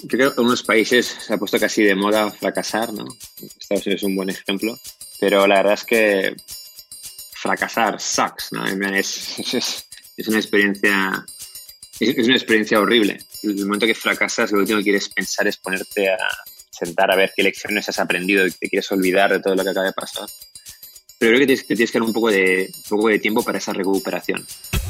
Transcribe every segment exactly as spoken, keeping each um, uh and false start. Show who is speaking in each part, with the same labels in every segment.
Speaker 1: Creo que en unos países se ha puesto casi de moda fracasar, ¿no? Estados Unidos es un buen ejemplo, pero la verdad es que fracasar sucks, ¿no? Es, es, es una experiencia es, es una experiencia horrible. El momento que fracasas, lo último que quieres pensar es ponerte a sentar a ver qué lecciones has aprendido y te quieres olvidar de todo lo que acaba de pasar. Pero creo que tienes, te tienes que dar un poco de, un poco de tiempo para esa recuperación.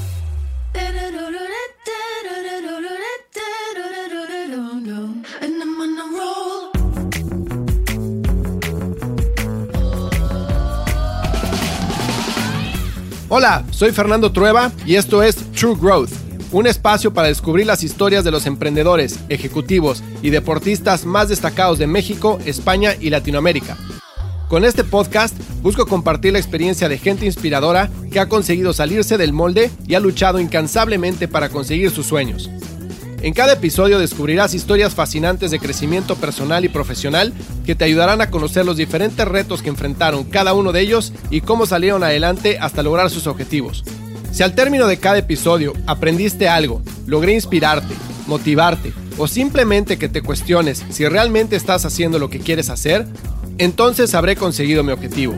Speaker 2: Hola, soy Fernando Trueba y esto es True Growth, un espacio para descubrir las historias de los emprendedores, ejecutivos y deportistas más destacados de México, España y Latinoamérica. Con este podcast busco compartir la experiencia de gente inspiradora que ha conseguido salirse del molde y ha luchado incansablemente para conseguir sus sueños. En cada episodio descubrirás historias fascinantes de crecimiento personal y profesional que te ayudarán a conocer los diferentes retos que enfrentaron cada uno de ellos y cómo salieron adelante hasta lograr sus objetivos. Si al término de cada episodio aprendiste algo, logré inspirarte, motivarte o simplemente que te cuestiones si realmente estás haciendo lo que quieres hacer, entonces habré conseguido mi objetivo.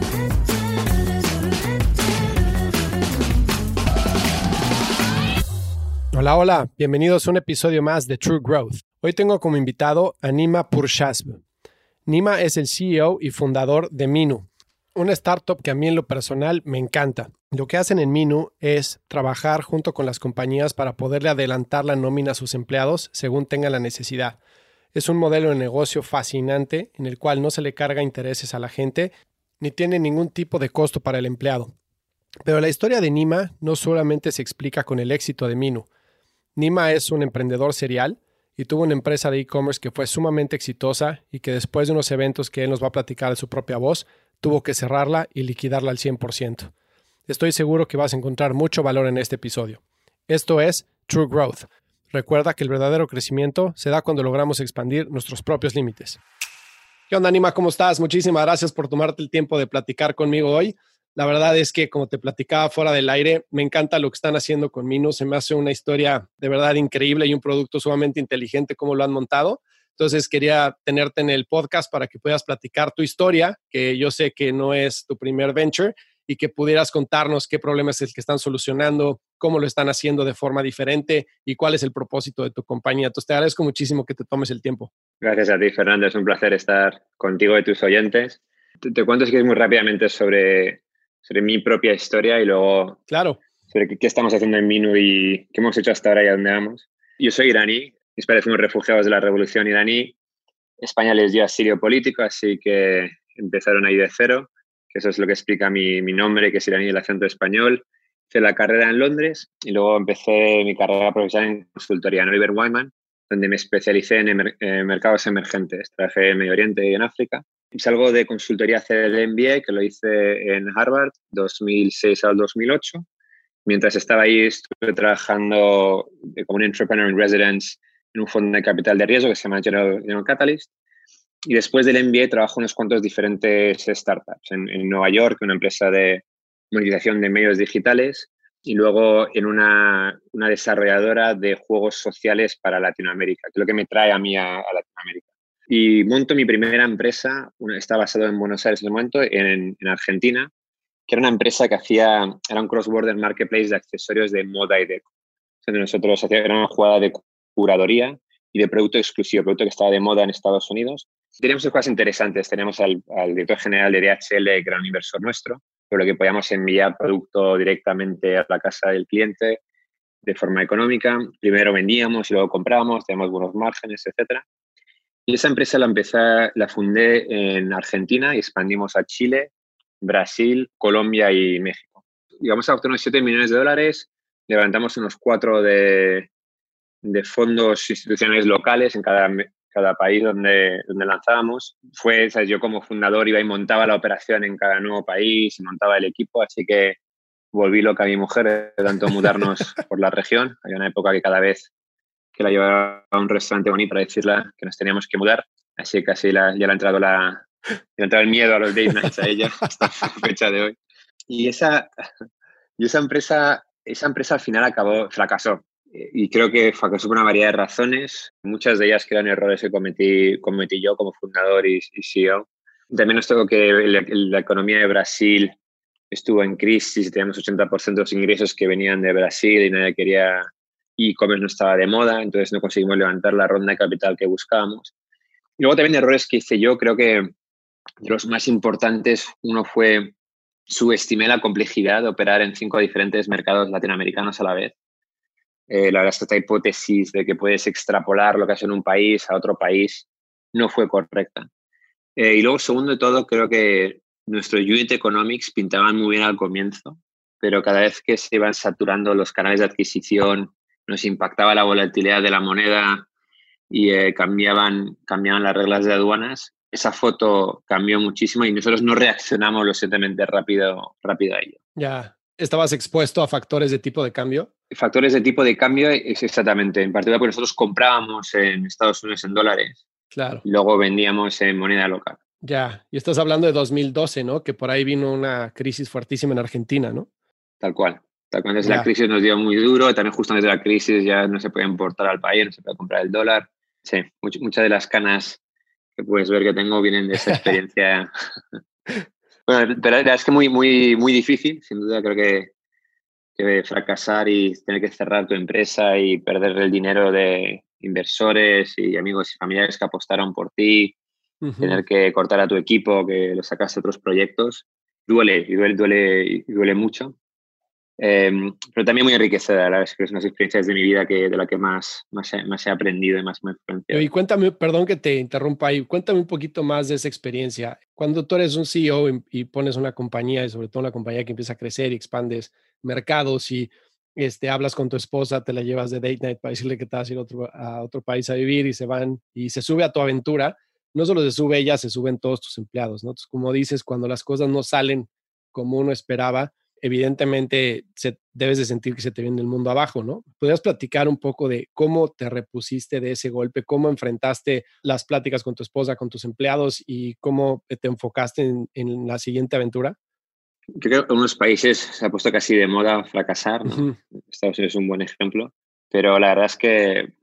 Speaker 2: Hola, hola, bienvenidos a un episodio más de True Growth. Hoy tengo como invitado a Nima Purshasb. Nima es el C E O y fundador de Minu, una startup que a mí en lo personal me encanta. Lo que hacen en Minu es trabajar junto con las compañías para poderle adelantar la nómina a sus empleados según tengan la necesidad. Es un modelo de negocio fascinante en el cual no se le carga intereses a la gente ni tiene ningún tipo de costo para el empleado. Pero la historia de Nima no solamente se explica con el éxito de Minu. Nima es un emprendedor serial y tuvo una empresa de e-commerce que fue sumamente exitosa y que después de unos eventos que él nos va a platicar de su propia voz, tuvo que cerrarla y liquidarla al cien por ciento. Estoy seguro que vas a encontrar mucho valor en este episodio. Esto es True Growth. Recuerda que el verdadero crecimiento se da cuando logramos expandir nuestros propios límites. ¿Qué onda, Nima? ¿Cómo estás? Muchísimas gracias por tomarte el tiempo de platicar conmigo hoy. La verdad es que, como te platicaba fuera del aire, me encanta lo que están haciendo con Minu. Se me hace una historia de verdad increíble y un producto sumamente inteligente como lo han montado. Entonces, quería tenerte en el podcast para que puedas platicar tu historia, que yo sé que no es tu primer venture, y que pudieras contarnos qué problema es el que están solucionando, cómo lo están haciendo de forma diferente y cuál es el propósito de tu compañía. Entonces, te agradezco muchísimo que te tomes el tiempo.
Speaker 1: Gracias a ti, Fernando. Es un placer estar contigo y tus oyentes. Te, te cuento si quieres muy rápidamente sobre... sobre mi propia historia y luego
Speaker 2: claro.
Speaker 1: sobre qué, qué estamos haciendo en Minu y qué hemos hecho hasta ahora y a dónde vamos. Yo soy iraní, mis padres fuimos refugiados de la revolución iraní. España les dio asilo político, así que empezaron ahí de cero, que eso es lo que explica mi, mi nombre, que es iraní, el acento español. Hice la carrera en Londres y luego empecé mi carrera profesional en consultoría en Oliver Wyman, donde me especialicé en emer- en mercados emergentes. Trabajé en Medio Oriente y en África. Salgo de consultoría a hacer el M B A, que lo hice en Harvard, dos mil seis al dos mil ocho. Mientras estaba ahí, estuve trabajando como un entrepreneur in residence en un fondo de capital de riesgo que se llama General, General Catalyst. Y después del M B A trabajo en unos cuantos diferentes startups. En, en Nueva York, una empresa de monetización de medios digitales, y luego en una, una desarrolladora de juegos sociales para Latinoamérica, que es lo que me trae a mí a, a Latinoamérica. Y monto mi primera empresa, una, está basado en Buenos Aires en el momento, en, en Argentina, que era una empresa que hacía, era un cross-border marketplace de accesorios de moda y deco. Entonces nosotros hacíamos, era una jugada de curaduría y de producto exclusivo, producto que estaba de moda en Estados Unidos. Teníamos cosas interesantes, teníamos al, al director general de D H L, que era un inversor nuestro, por lo que podíamos enviar producto directamente a la casa del cliente de forma económica. Primero vendíamos y luego comprábamos, teníamos buenos márgenes, etcétera. Y esa empresa la empecé, la fundé en Argentina y expandimos a Chile, Brasil, Colombia y México. Llegamos a obtener unos siete millones de dólares, levantamos unos cuatro de, de fondos institucionales locales en cada, cada país donde, donde lanzábamos. Fue, ¿sabes? Yo como fundador iba y montaba la operación en cada nuevo país, y montaba el equipo, así que volví loca a mi mujer de tanto mudarnos por la región. Había una época que cada vez que la llevaba a un restaurante bonito para decirle que nos teníamos que mudar. Así que así la, ya le ha entrado, la, le ha entrado el miedo a los date nights a ella hasta la fecha de hoy. Y esa, y esa, empresa, esa empresa al final acabó, fracasó. y creo que fracasó por una variedad de razones, muchas de ellas que eran errores que cometí, cometí yo como fundador y, y C E O. También nos tengo que la, la economía de Brasil estuvo en crisis, teníamos ochenta por ciento de los ingresos que venían de Brasil y nadie quería, e-commerce no estaba de moda, entonces no conseguimos levantar la ronda de capital que buscábamos. Y luego también errores que hice yo, creo que de los más importantes, uno fue subestimé la complejidad de operar en cinco diferentes mercados latinoamericanos a la vez. Eh, la verdad es que esta hipótesis de que puedes extrapolar lo que hace en un país a otro país no fue correcta. Eh, y luego, segundo de todo, creo que nuestros unit economics pintaban muy bien al comienzo, pero cada vez que se iban saturando los canales de adquisición, nos impactaba la volatilidad de la moneda y eh, cambiaban, cambiaban las reglas de aduanas. Esa foto cambió muchísimo y nosotros no reaccionamos lo suficientemente rápido, rápido a ello.
Speaker 2: Ya, ¿estabas expuesto a factores de tipo de cambio?
Speaker 1: Factores de tipo de cambio es exactamente, en particular porque nosotros comprábamos en Estados Unidos en dólares.
Speaker 2: Claro.
Speaker 1: Y luego vendíamos en moneda local.
Speaker 2: Ya, y estás hablando de dos mil doce, ¿no? Que por ahí vino una crisis fuertísima en Argentina, ¿no?
Speaker 1: Tal cual. Tal cual. Desde
Speaker 2: Ya.
Speaker 1: la crisis nos dio muy duro. También justo desde la crisis ya no se puede importar al país, no se puede comprar el dólar. Sí, much, muchas de las canas que puedes ver que tengo vienen de esa experiencia. Bueno, pero la verdad es que muy, muy, muy difícil. Sin duda creo que, que fracasar y tener que cerrar tu empresa y perder el dinero de inversores y amigos y familiares que apostaron por ti, uh-huh. Tener que cortar a tu equipo, que lo sacaste a otros proyectos, duele y duele, duele, y duele mucho. Eh, pero también muy enriquecedora, la verdad es que es una experiencias de mi vida que, de la que más, más, he, más he aprendido y más me he influenciado.
Speaker 2: Y cuéntame, perdón que te interrumpa ahí, cuéntame un poquito más de esa experiencia. Cuando tú eres un C E O y, y pones una compañía, y sobre todo una compañía que empieza a crecer y expandes mercados y este, hablas con tu esposa, te la llevas de date night para decirle que te vas a ir a otro, a otro país a vivir y se van y se sube a tu aventura, no solo se sube ella, se suben todos tus empleados, ¿no? Entonces, como dices, cuando las cosas no salen como uno esperaba, evidentemente se, debes de sentir que se te viene el mundo abajo, ¿no? ¿Podrías platicar un poco de cómo te repusiste de ese golpe, cómo enfrentaste las pláticas con tu esposa, con tus empleados y cómo te enfocaste en, en la siguiente aventura?
Speaker 1: Creo que en unos países se ha puesto casi de moda fracasar, ¿no? Uh-huh. Estados Unidos es un buen ejemplo, pero la verdad es que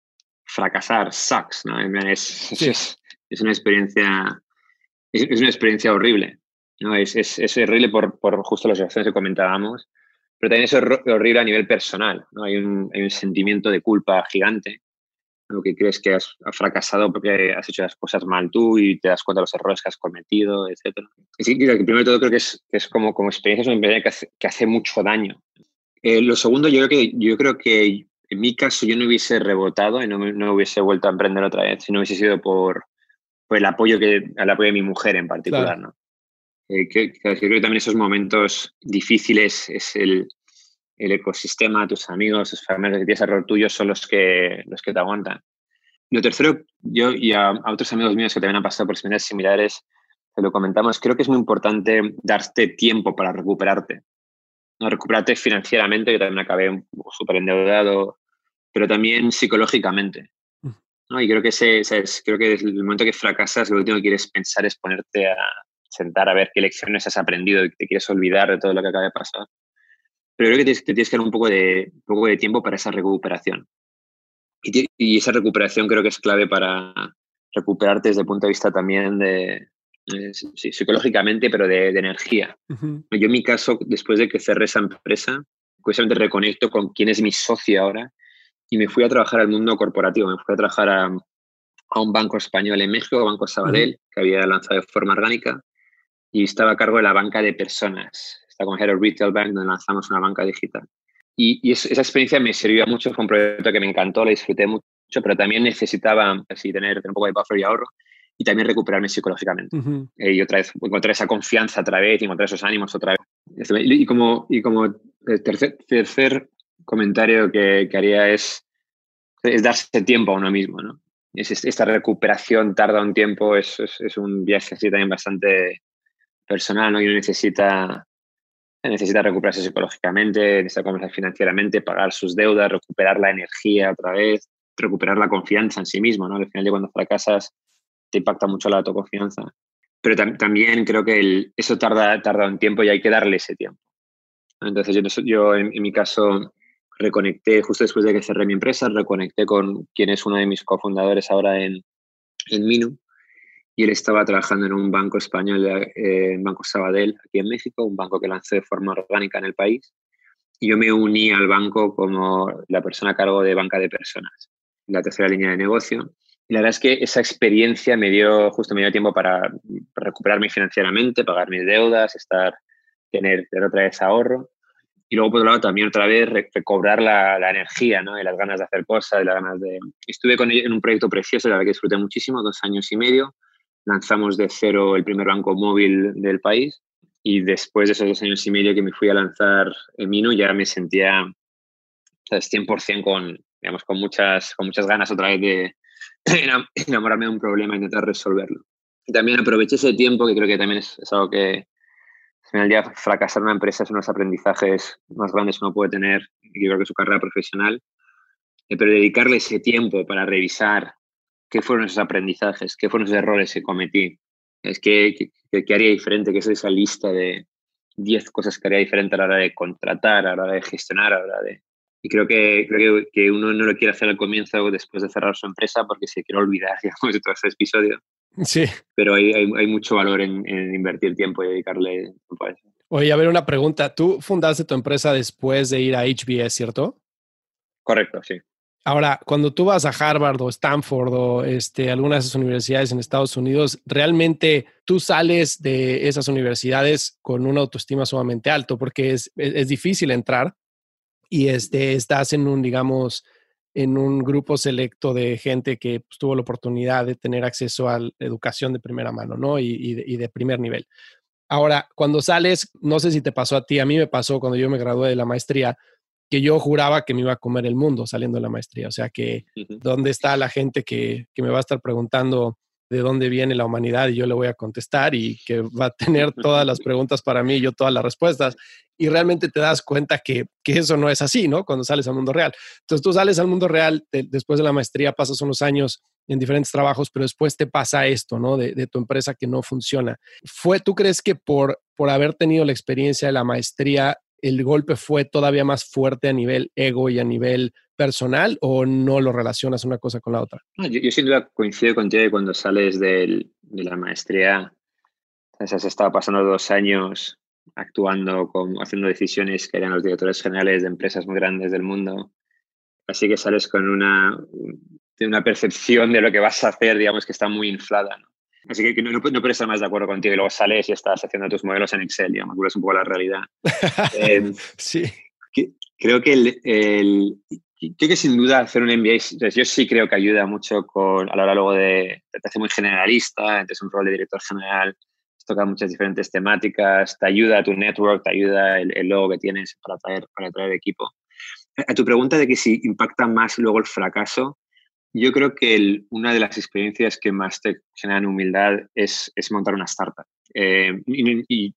Speaker 1: fracasar sucks, ¿no? Es, sí. es, es una experiencia, es, es una experiencia horrible. ¿No? Es, es, es horrible por, por justo las razones que comentábamos, pero también es horrible a nivel personal, ¿no? Hay un, hay un sentimiento de culpa gigante, ¿no? Que crees que has, has fracasado porque has hecho las cosas mal tú y te das cuenta de los errores que has cometido, etcétera. Y sí, primero de todo creo que es, que es como, como experiencia, es una experiencia que hace, que hace mucho daño. Eh, lo segundo, yo creo, que, yo creo que en mi caso yo no hubiese rebotado y no, no hubiese vuelto a emprender otra vez si no hubiese sido por, por el apoyo que, el apoyo de mi mujer en particular, claro. ¿No? Eh, que, que creo que también esos momentos difíciles es el, el ecosistema, tus amigos, tus familiares que tienes alrededor tuyo son los que, los que te aguantan. Lo tercero, yo y a, a otros amigos míos que también han pasado por experiencias similares, te lo comentamos, creo que es muy importante darte tiempo para recuperarte. No recuperarte financieramente, que también acabé súper endeudado, pero también psicológicamente, ¿no? Y creo que, ese, ese es, creo que desde el momento que fracasas, lo último que quieres pensar es ponerte a sentar a ver qué lecciones has aprendido y que te quieres olvidar de todo lo que acaba de pasar. Pero creo que te, te tienes que dar un poco, de, un poco de tiempo para esa recuperación. Y, te, y esa recuperación creo que es clave para recuperarte desde el punto de vista también de, de sí, psicológicamente, pero de, de energía. Uh-huh. Yo en mi caso, después de que cerré esa empresa, curiosamente reconecto con quién es mi socio ahora y me fui a trabajar al mundo corporativo. Me fui a trabajar a, a un banco español en México, Banco Sabadell, uh-huh. que había lanzado de forma orgánica. Y estaba a cargo de la banca de personas. Estaba como Head of Retail Bank, donde lanzamos una banca digital. Y, y es, esa experiencia me sirvió mucho, fue un proyecto que me encantó, la disfruté mucho, pero también necesitaba así, tener, tener un poco de buffer y ahorro y también recuperarme psicológicamente. Uh-huh. Eh, y otra vez encontrar esa confianza otra vez y encontrar esos ánimos otra vez. Y, y como, y como tercer, tercer comentario que, que haría es, es darse tiempo a uno mismo, ¿no? Es, esta recuperación tarda un tiempo, es, es, es un viaje así también bastante personal, ¿no? Y uno necesita, necesita recuperarse psicológicamente, necesita comenzar financieramente, pagar sus deudas, recuperar la energía otra vez, recuperar la confianza en sí mismo, ¿no? Al final de cuando fracasas te impacta mucho la autoconfianza. Pero tam- también creo que el, eso tarda, tarda un tiempo y hay que darle ese tiempo. Entonces yo, yo en, en mi caso reconecté, justo después de que cerré mi empresa, reconecté con quien es uno de mis cofundadores ahora en, en Minu, y él estaba trabajando en un banco español, eh, en Banco Sabadell, aquí en México, un banco que lancé de forma orgánica en el país. Y yo me uní al banco como la persona a cargo de banca de personas, la tercera línea de negocio. Y la verdad es que esa experiencia me dio, justo me dio tiempo para recuperarme financieramente, pagar mis deudas, estar, tener, tener otra vez ahorro. Y luego, por otro lado, también otra vez recobrar la, la energía, ¿no? Y las ganas de hacer cosas, y las ganas de... Estuve con ellos en un proyecto precioso, la verdad que disfruté muchísimo, dos años y medio. Lanzamos de cero el primer banco móvil del país. Y después de esos dos años y medio que me fui a lanzar en Minu, ya me sentía, ¿sabes?, cien por ciento con, digamos, con, muchas, con muchas ganas otra vez de enamorarme de un problema e intentar resolverlo. Y también aproveché ese tiempo, que creo que también es, es algo que, al final del día, fracasar en una empresa es uno de los aprendizajes más grandes que uno puede tener, y creo que su carrera profesional, eh, pero dedicarle ese tiempo para revisar qué fueron esos aprendizajes, qué fueron esos errores que cometí, es que, que, que haría diferente, que es esa lista de diez cosas que haría diferente a la hora de contratar, a la hora de gestionar, a la hora de... Y creo que, creo que, que uno no lo quiere hacer al comienzo o después de cerrar su empresa porque se quiere olvidar, digamos, de todo ese episodio.
Speaker 2: Sí.
Speaker 1: Pero hay, hay, hay mucho valor en, en invertir tiempo y dedicarle tiempo a eso.
Speaker 2: Oye, a ver, una pregunta. Tú fundaste tu empresa después de ir a H B S, ¿cierto?
Speaker 1: Correcto, sí.
Speaker 2: Ahora, cuando tú vas a Harvard o Stanford o este, algunas de esas universidades en Estados Unidos, realmente tú sales de esas universidades con una autoestima sumamente alto porque es, es, es difícil entrar y este, estás en un, digamos, en un grupo selecto de gente que pues, tuvo la oportunidad de tener acceso a la educación de primera mano, ¿no? Y, y, de, y de primer nivel. Ahora, cuando sales, no sé si te pasó a ti, a mí me pasó cuando yo me gradué de la maestría, que yo juraba que me iba a comer el mundo saliendo de la maestría. O sea, que
Speaker 1: Uh-huh.
Speaker 2: ¿dónde está la gente que, que me va a estar preguntando de dónde viene la humanidad y yo le voy a contestar y que va a tener todas las preguntas para mí y yo todas las respuestas? Y realmente te das cuenta que, que eso no es así, ¿no? Cuando sales al mundo real. Entonces tú sales al mundo real, te, después de la maestría pasas unos años en diferentes trabajos, pero después te pasa esto, ¿no? De, de tu empresa que no funciona. ¿Fue, tú crees que por, por haber tenido la experiencia de la maestría, el golpe fue todavía más fuerte a nivel ego y a nivel personal o no lo relacionas una cosa con la otra?
Speaker 1: No, yo, yo sin duda coincido contigo que cuando sales del, de la maestría, has estado pasando dos años actuando, con, haciendo decisiones que harían los directores generales de empresas muy grandes del mundo. Así que sales con una, una percepción de lo que vas a hacer, digamos, que está muy inflada, ¿no? Así que no, no, no puedo estar más de acuerdo contigo. Y luego sales y estás haciendo tus modelos en Excel, digamos, es un poco la realidad. Eh,
Speaker 2: sí.
Speaker 1: Que, creo que el, el, creo que sin duda hacer un M B A, yo sí creo que ayuda mucho con, a la hora luego de, te hace muy generalista, entonces un rol de director general, toca muchas diferentes temáticas, te ayuda a tu network, te ayuda el, el logo que tienes para traer, para traer equipo. A tu pregunta de que si impacta más luego el fracaso, yo creo que el, una de las experiencias que más te generan humildad es, es montar una startup. Eh, y, y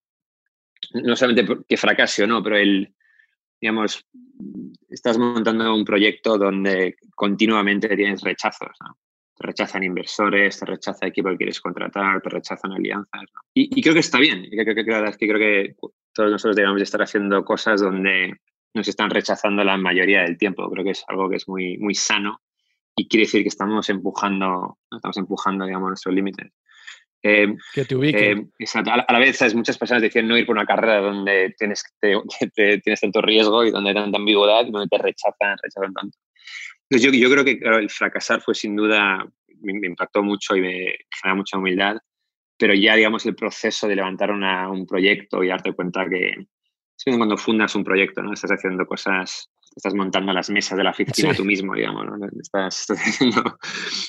Speaker 1: no solamente que fracase o no, pero el, digamos, estás montando un proyecto donde continuamente tienes rechazos, ¿no? Te rechazan inversores, te rechaza el equipo que quieres contratar, te rechazan alianzas, ¿no? Y, y creo que está bien. Y creo, creo, creo, es que creo que todos nosotros debemos estar haciendo cosas donde nos están rechazando la mayoría del tiempo. Creo que es algo que es muy, muy sano y quiere decir que estamos empujando, estamos empujando, digamos, nuestros límites. Eh,
Speaker 2: que te ubiquen.
Speaker 1: Eh, exacto. A, la, a la vez, ¿sabes? Muchas personas decían no ir por una carrera donde tienes, te, te, tienes tanto riesgo y donde hay tanta ambigüedad y donde te rechazan, rechazan tanto. Entonces yo, yo creo que claro, el fracasar fue sin duda, me, me impactó mucho y me genera mucha humildad, pero ya, digamos, el proceso de levantar una, un proyecto y darte cuenta que es cuando fundas un proyecto, ¿no? Estás haciendo cosas, estás montando las mesas de la oficina sí. tú mismo, digamos, ¿no? Estás, estás haciendo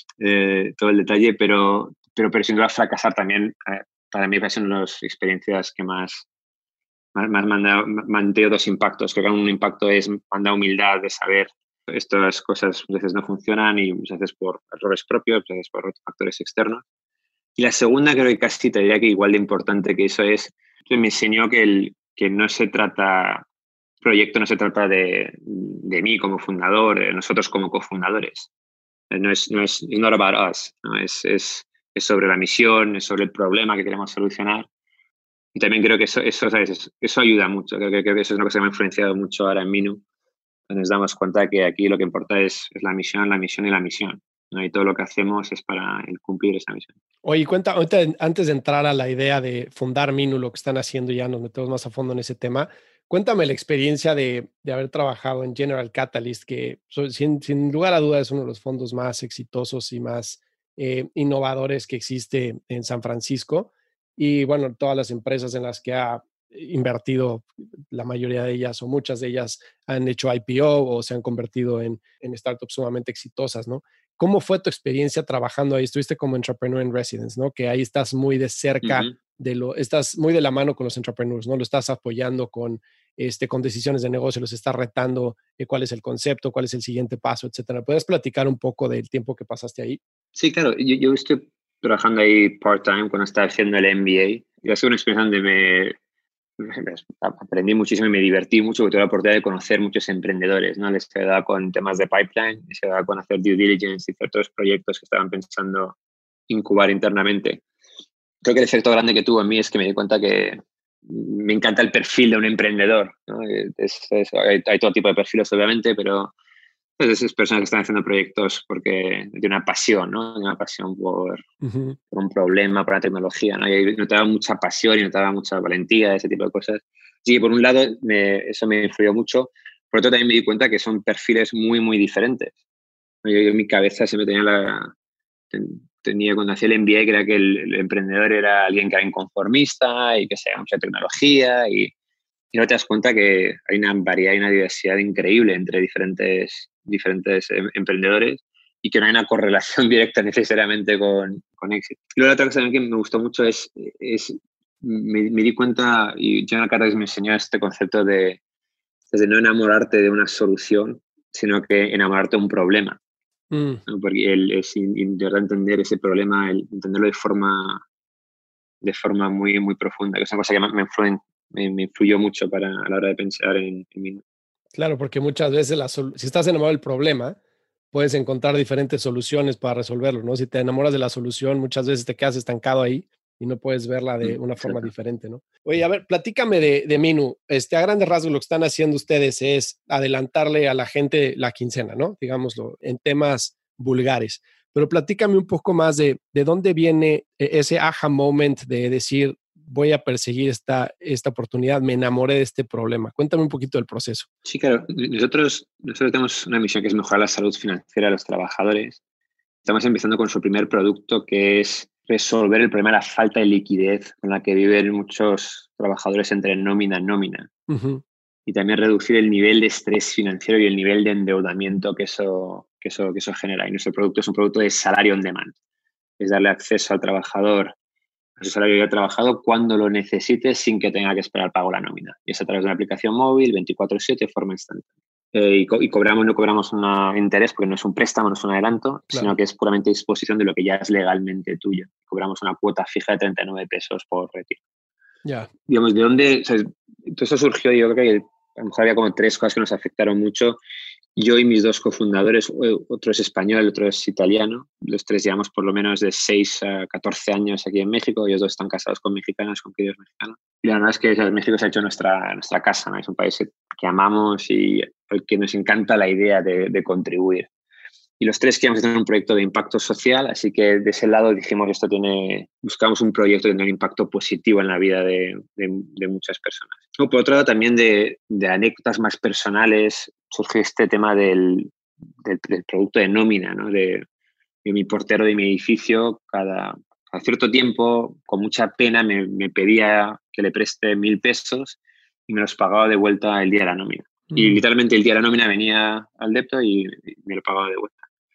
Speaker 1: eh, todo el detalle, pero, pero, pero sin duda fracasar también, eh, para mí, son las experiencias que más, más, más me han dado, me han tenido dos impactos. Creo que un impacto es, me han dado humildad de saber estas cosas a veces no funcionan y muchas veces por errores propios, a veces por factores externos. Y la segunda creo que casi te diría que igual de importante que eso es, me enseñó que, el, que no se trata, el proyecto no se trata de, de mí como fundador, de nosotros como cofundadores. No es, no es it's not about us, ¿no? Es, es, es sobre la misión, es sobre el problema que queremos solucionar. Y también creo que eso, eso, ¿sabes? eso, eso ayuda mucho. Creo que, creo que eso es lo que se me ha influenciado mucho ahora en Minu, nos damos cuenta que aquí lo que importa es, es la misión, la misión y la misión, ¿no? Y todo lo que hacemos es para el cumplir esa misión.
Speaker 2: Oye, cuenta, ahorita, antes de entrar a la idea de fundar Minu, lo que están haciendo, ya nos metemos más a fondo en ese tema. Cuéntame la experiencia de, de haber trabajado en General Catalyst, que so- sin, sin lugar a dudas es uno de los fondos más exitosos y más eh, innovadores que existe en San Francisco. Y bueno, todas las empresas en las que ha invertido, la mayoría de ellas o muchas de ellas han hecho I P O o se han convertido en, en startups sumamente exitosas, ¿no? ¿Cómo fue tu experiencia trabajando ahí? Estuviste como entrepreneur in residence, ¿no? Que ahí estás muy de cerca
Speaker 1: Uh-huh.
Speaker 2: de lo, estás muy de la mano con los entrepreneurs, ¿no? Lo estás apoyando con, este, con decisiones de negocio, los estás retando, eh, cuál es el concepto, cuál es el siguiente paso, etcétera. ¿Puedes platicar un poco del tiempo que pasaste ahí?
Speaker 1: Sí, claro. Yo, yo estoy trabajando ahí part-time cuando estaba haciendo el M B A. Y ha sido una experiencia donde me, aprendí muchísimo y me divertí mucho porque tuve la oportunidad de conocer muchos emprendedores, ¿no? Les ayudaba con temas de pipeline, les ayudaba con hacer due diligence y ciertos proyectos que estaban pensando incubar internamente. Creo que el efecto grande que tuvo en mí es que me di cuenta que me encanta el perfil de un emprendedor, ¿no? Es, es, hay, hay todo tipo de perfiles, obviamente, pero pues esas personas que están haciendo proyectos porque de una pasión, ¿no? De una pasión por,
Speaker 2: Uh-huh.
Speaker 1: por un problema, por la tecnología, ¿no? Y notaba mucha pasión y notaba mucha valentía, ese tipo de cosas. Así que por un lado me, eso me influyó mucho, por otro también me di cuenta que son perfiles muy, muy diferentes. Yo, yo en mi cabeza siempre tenía la... tenía cuando hacía el M B A, que era que el, el emprendedor era alguien que era inconformista y que sabía mucha tecnología y, y no te das cuenta que hay una variedad y una diversidad increíble entre diferentes, diferentes em, emprendedores y que no hay una correlación directa necesariamente con, con éxito. Y luego la otra cosa también que me gustó mucho es, es me, me di cuenta, y John Carter me enseñó este concepto de, de no enamorarte de una solución, sino que enamorarte de un problema.
Speaker 2: Mm.
Speaker 1: ¿No? Porque el, es intentar entender ese problema, el entenderlo de forma, de forma muy, muy profunda, que es una cosa que me, me, influen, me, me influyó mucho para, a la hora de pensar en, en mí.
Speaker 2: Claro, porque muchas veces la si estás enamorado del problema, puedes encontrar diferentes soluciones para resolverlo, ¿no? Si te enamoras de la solución, muchas veces te quedas estancado ahí y no puedes verla de
Speaker 1: Mm,
Speaker 2: una forma
Speaker 1: exacto.
Speaker 2: diferente, ¿no? Oye, a ver, platícame de, de Minu. Este, a grandes rasgos lo que están haciendo ustedes es adelantarle a la gente la quincena, ¿no? Digámoslo, en temas vulgares. Pero platícame un poco más de, de dónde viene ese aha moment de decir, voy a perseguir esta, esta oportunidad, me enamoré de este problema. Cuéntame un poquito del proceso.
Speaker 1: Sí, claro. Nosotros, nosotros tenemos una misión que es mejorar la salud financiera de los trabajadores. Estamos empezando con su primer producto, que es resolver el problema de la falta de liquidez con la que viven muchos trabajadores entre nómina y nómina.
Speaker 2: Uh-huh.
Speaker 1: Y también reducir el nivel de estrés financiero y el nivel de endeudamiento que eso, que eso, que eso genera. Y nuestro producto es un producto de salario on demand. Es darle acceso al trabajador a su salario ya trabajado cuando lo necesite sin que tenga que esperar pago la nómina. Y es a través de una aplicación móvil, veinticuatro siete, de forma instantánea. Eh, y, co y cobramos, no cobramos un interés porque no es un préstamo, no es un adelanto,
Speaker 2: Claro.
Speaker 1: sino que es puramente disposición de lo que ya es legalmente tuyo. Cobramos una cuota fija de treinta y nueve pesos por retiro.
Speaker 2: Ya. Yeah.
Speaker 1: Digamos, ¿de dónde? O sea, todo eso surgió, yo creo que a lo mejor había como tres cosas que nos afectaron mucho. Yo y mis dos cofundadores, otro es español, el otro es italiano. Los tres llevamos por lo menos de seis a catorce años aquí en México. Ellos dos están casados con mexicanas, con críos mexicanos. Y la verdad es que ¿sabes? México se ha hecho nuestra, nuestra casa, ¿no? Es un país que amamos y al que nos encanta la idea de, de contribuir. Y los tres queríamos hacer un proyecto de impacto social, así que de ese lado dijimos esto tiene, buscamos un proyecto que tenga un impacto positivo en la vida de, de, de muchas personas. No, por otro lado, también de, de anécdotas más personales, surge este tema del, del, del producto de nómina, ¿no? De, de mi portero de mi edificio, cada, cada cierto tiempo, con mucha pena, me, me pedía que le preste mil pesos y me los pagaba de vuelta el día de la nómina. Mm. Y literalmente el día de la nómina venía al depto y, y me lo pagaba de vuelta.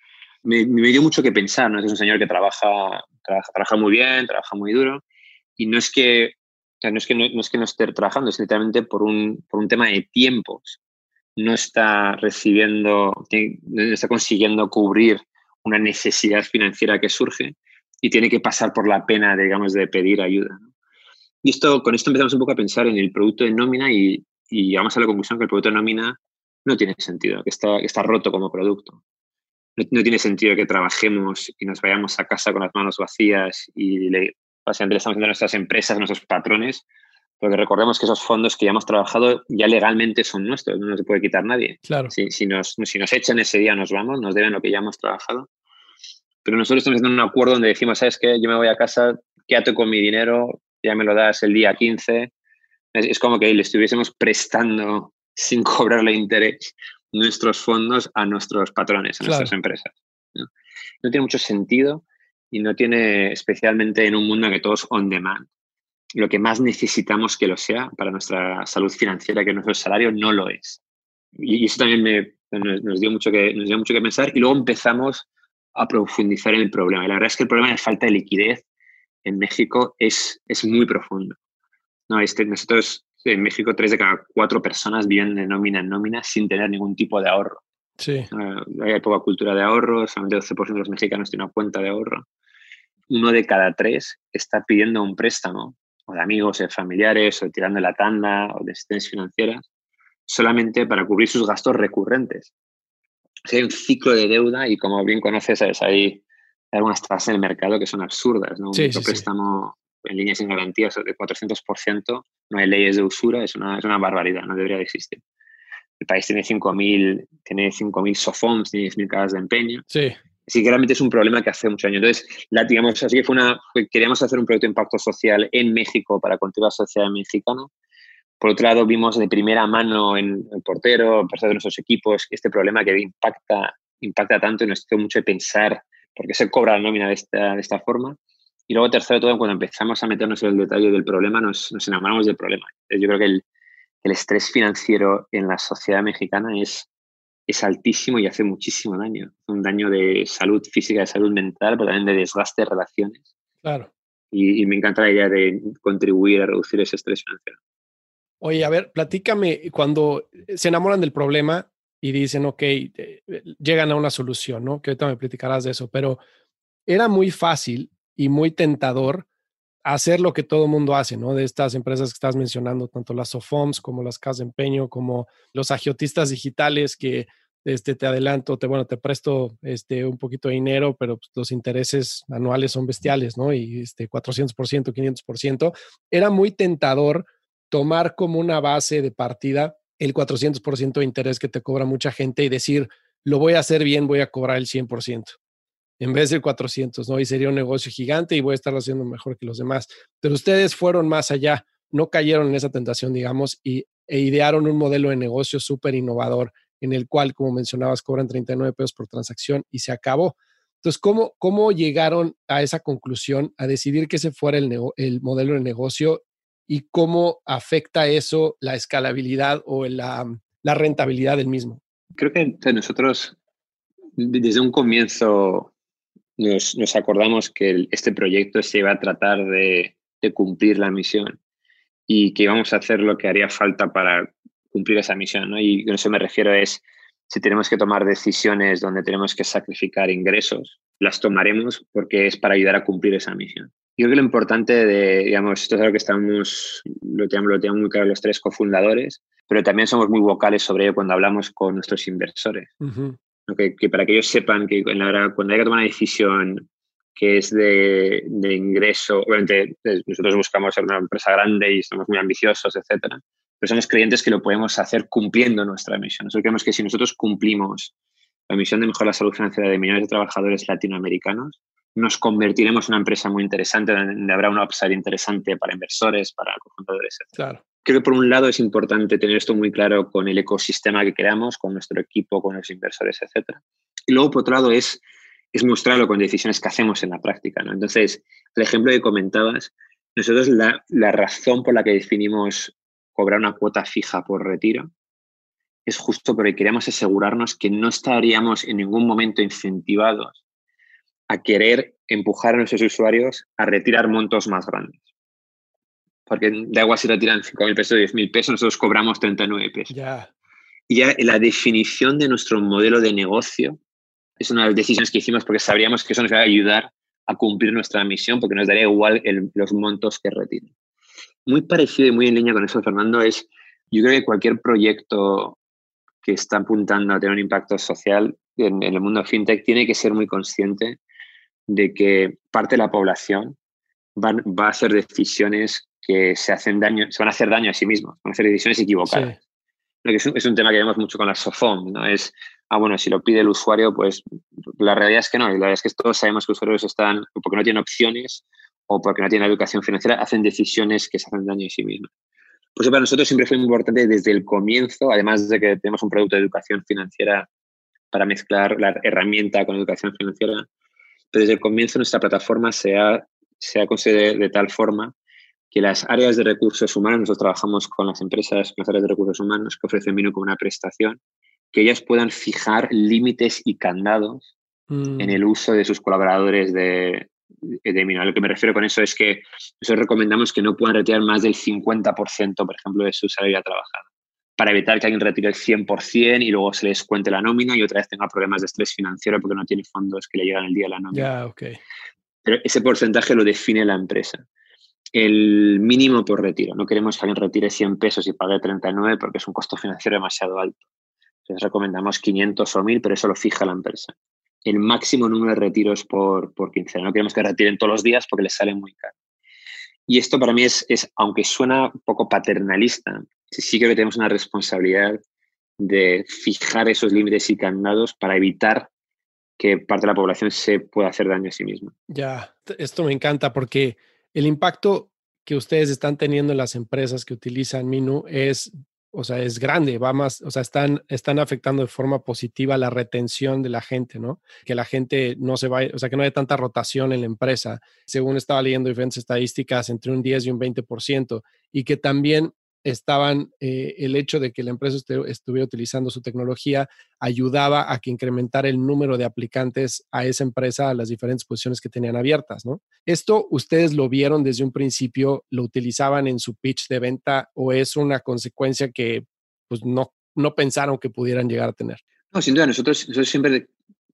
Speaker 1: Me, me dio mucho que pensar, ¿no? Es un señor que trabaja, trabaja, trabaja muy bien, trabaja muy duro y no es que, o sea, no, es que no, no es que no esté trabajando, es literalmente por un, por un tema de tiempos. No está recibiendo, no está consiguiendo cubrir una necesidad financiera que surge y tiene que pasar por la pena, digamos, de pedir ayuda, ¿no? Y esto, con esto empezamos un poco a pensar en el producto de nómina y, y llegamos a la conclusión que el producto de nómina no tiene sentido, que está, que está roto como producto. No, no tiene sentido que trabajemos y nos vayamos a casa con las manos vacías y le, básicamente le estamos dando a nuestras empresas, a nuestros patrones, Porque recordemos que esos fondos que ya hemos trabajado ya legalmente son nuestros, no nos se puede quitar nadie.
Speaker 2: Claro.
Speaker 1: Si, si, nos, si nos echan ese día nos vamos, nos deben lo que ya hemos trabajado. Pero nosotros estamos haciendo un acuerdo donde decimos, ¿sabes qué? Yo me voy a casa, quédate con mi dinero, ya me lo das el día quince. Es, es como que le estuviésemos prestando sin cobrarle interés nuestros fondos a nuestros patrones, a claro. nuestras empresas. ¿no? no tiene mucho sentido y no tiene, especialmente en un mundo en que todo es on demand. Lo que más necesitamos que lo sea para nuestra salud financiera, que nuestro salario no lo es. Y, y eso también me, nos, nos, dio mucho que, nos dio mucho que pensar. Y luego empezamos a profundizar en el problema. Y la verdad es que el problema de falta de liquidez en México es, es muy profundo. No, este, nosotros en México, tres de cada cuatro personas viven de nómina en nómina sin tener ningún tipo de ahorro.
Speaker 2: Sí.
Speaker 1: Uh, hay poca cultura de ahorro, solamente doce por ciento de los mexicanos tienen una cuenta de ahorro. Uno de cada tres está pidiendo un préstamo, o de amigos, o de familiares, o tirando la tanda, o de asistencias financieras, solamente para cubrir sus gastos recurrentes. O sea, hay un ciclo de deuda y, como bien conoces, ¿sabes? Hay algunas tasas en el mercado que son absurdas, ¿no?
Speaker 2: Sí,
Speaker 1: un
Speaker 2: sí,
Speaker 1: préstamo sí. en línea sin garantías de cuatrocientos por ciento, no hay leyes de usura, es una, es una barbaridad, no debería de existir. El país tiene cinco mil tiene cinco mil SOFOMs, tiene diez mil casas de empeño.
Speaker 2: Sí.
Speaker 1: Así que realmente es un problema que hace muchos años. Entonces, la, digamos, así que fue una, queríamos hacer un proyecto de impacto social en México para contribuir a la sociedad mexicana. Por otro lado, vimos de primera mano en el portero, personas de nuestros equipos, este problema que impacta, impacta tanto y nos hizo mucho de pensar por qué se cobra la nómina de esta, de esta forma. Y luego, tercero de todo, cuando empezamos a meternos en el detalle del problema, nos, nos enamoramos del problema. Yo creo que el, el estrés financiero en la sociedad mexicana es, es altísimo y hace muchísimo daño. Un daño de salud física, de salud mental, pero también de desgaste de relaciones.
Speaker 2: Claro.
Speaker 1: Y, y me encanta la idea de contribuir a reducir ese estrés financiero.
Speaker 2: Oye, a ver, platícame, cuando se enamoran del problema y dicen, ok, eh, llegan a una solución, ¿no? Que ahorita me platicarás de eso, pero era muy fácil y muy tentador hacer lo que todo el mundo hace, ¿no? De estas empresas que estás mencionando, tanto las SOFOMs como las casas de empeño, como los agiotistas digitales que este, te adelanto, te, bueno, te presto este, un poquito de dinero, pero pues, los intereses anuales son bestiales, ¿no? Y este, cuatrocientos por ciento, quinientos por ciento. Era muy tentador tomar como una base de partida el cuatrocientos por ciento de interés que te cobra mucha gente y decir, lo voy a hacer bien, voy a cobrar el cien por ciento. En vez del cuatrocientos, ¿no? Y sería un negocio gigante y voy a estarlo haciendo mejor que los demás. Pero ustedes fueron más allá, no cayeron en esa tentación, digamos, y, e idearon un modelo de negocio súper innovador en el cual, como mencionabas, cobran treinta y nueve pesos por transacción y se acabó. Entonces, ¿cómo, cómo llegaron a esa conclusión, a decidir que ese fuera el, nego- el modelo de negocio y cómo afecta eso la escalabilidad o la, la rentabilidad del mismo?
Speaker 1: Creo que nosotros, desde un comienzo, Nos, nos acordamos que el, este proyecto se iba a tratar de, de cumplir la misión y que íbamos a hacer lo que haría falta para cumplir esa misión, ¿no? Y a eso me refiero es, si tenemos que tomar decisiones donde tenemos que sacrificar ingresos, las tomaremos porque es para ayudar a cumplir esa misión. Yo creo que lo importante de, digamos, esto es algo que estamos, lo tenemos, lo tenemos muy claro los tres cofundadores, pero también somos muy vocales sobre ello cuando hablamos con nuestros inversores.
Speaker 2: Uh-huh.
Speaker 1: Que, que para que ellos sepan que en la verdad, cuando hay que tomar una decisión que es de, de ingreso, obviamente nosotros buscamos ser una empresa grande y somos muy ambiciosos, etcétera, pero somos creyentes que lo podemos hacer cumpliendo nuestra misión. Nosotros creemos que si nosotros cumplimos la misión de mejorar la salud financiera de millones de trabajadores latinoamericanos, nos convertiremos en una empresa muy interesante, donde habrá un upside interesante para inversores, para cofundadores, etcétera.
Speaker 2: Claro.
Speaker 1: Creo que por un lado es importante tener esto muy claro con el ecosistema que creamos, con nuestro equipo, con los inversores, etcétera. Y luego, por otro lado, es, es mostrarlo con decisiones que hacemos en la práctica, ¿no? Entonces, el ejemplo que comentabas, nosotros la, la razón por la que definimos cobrar una cuota fija por retiro es justo porque queríamos asegurarnos que no estaríamos en ningún momento incentivados a querer empujar a nuestros usuarios a retirar montos más grandes. Porque da igual si retiran cinco mil pesos o diez mil pesos, nosotros cobramos treinta y nueve pesos.
Speaker 2: Yeah.
Speaker 1: Y ya la definición de nuestro modelo de negocio es una de las decisiones que hicimos porque sabríamos que eso nos va a ayudar a cumplir nuestra misión, porque nos daría igual el, los montos que retiren. Muy parecido y muy en línea con eso, Fernando, es, yo creo que cualquier proyecto que está apuntando a tener un impacto social en, en el mundo fintech tiene que ser muy consciente de que parte de la población va, va a hacer decisiones que se hacen daño, se van a hacer daño a sí mismos, van a hacer decisiones equivocadas. Sí. Lo que es, un, es un tema que vemos mucho con la SOFOM, ¿no? Es, ah, bueno, si lo pide el usuario, pues la realidad es que no. Y la realidad es que todos sabemos que los usuarios están, porque no tienen opciones o porque no tienen educación financiera, hacen decisiones que se hacen daño a sí mismos. Por eso para nosotros siempre fue muy importante desde el comienzo, además de que tenemos un producto de educación financiera para mezclar la herramienta con educación financiera, pero desde el comienzo nuestra plataforma se ha, se ha conseguido de tal forma que las áreas de recursos humanos, nosotros trabajamos con las empresas, las áreas de recursos humanos que ofrecen Minu como una prestación, que ellas puedan fijar límites y candados mm. en el uso de sus colaboradores de, de Minu. A lo que me refiero con eso es que nosotros recomendamos que no puedan retirar más del cincuenta por ciento, por ejemplo, de su salario trabajado, para evitar que alguien retire el cien por ciento y luego se les cuente la nómina y otra vez tenga problemas de estrés financiero porque no tiene fondos que le llegan el día de la nómina.
Speaker 2: Yeah, okay.
Speaker 1: Pero ese porcentaje lo define la empresa. El mínimo por retiro. No queremos que alguien retire cien pesos y pague treinta y nueve porque es un costo financiero demasiado alto. Entonces recomendamos quinientos o mil, pero eso lo fija la empresa. El máximo número de retiros por, por quincena. No queremos que retiren todos los días porque les sale muy caro. Y esto para mí es, es aunque suena un poco paternalista, sí creo que tenemos una responsabilidad de fijar esos límites y candados para evitar que parte de la población se pueda hacer daño a sí misma.
Speaker 2: Ya, esto me encanta porque el impacto que ustedes están teniendo en las empresas que utilizan Minu es, o sea, es grande, va más, o sea, están, están afectando de forma positiva la retención de la gente, ¿no? Que la gente no se vaya, o sea, que no haya tanta rotación en la empresa. Según estaba leyendo diferentes estadísticas, entre un diez y un veinte por ciento, y que también estaban, eh, el hecho de que la empresa estu- estuviera utilizando su tecnología ayudaba a que incrementara el número de aplicantes a esa empresa a las diferentes posiciones que tenían abiertas, ¿no? ¿Esto ustedes lo vieron desde un principio, lo utilizaban en su pitch de venta o es una consecuencia que pues no, no pensaron que pudieran llegar a tener?
Speaker 1: No, sin duda, nosotros, nosotros siempre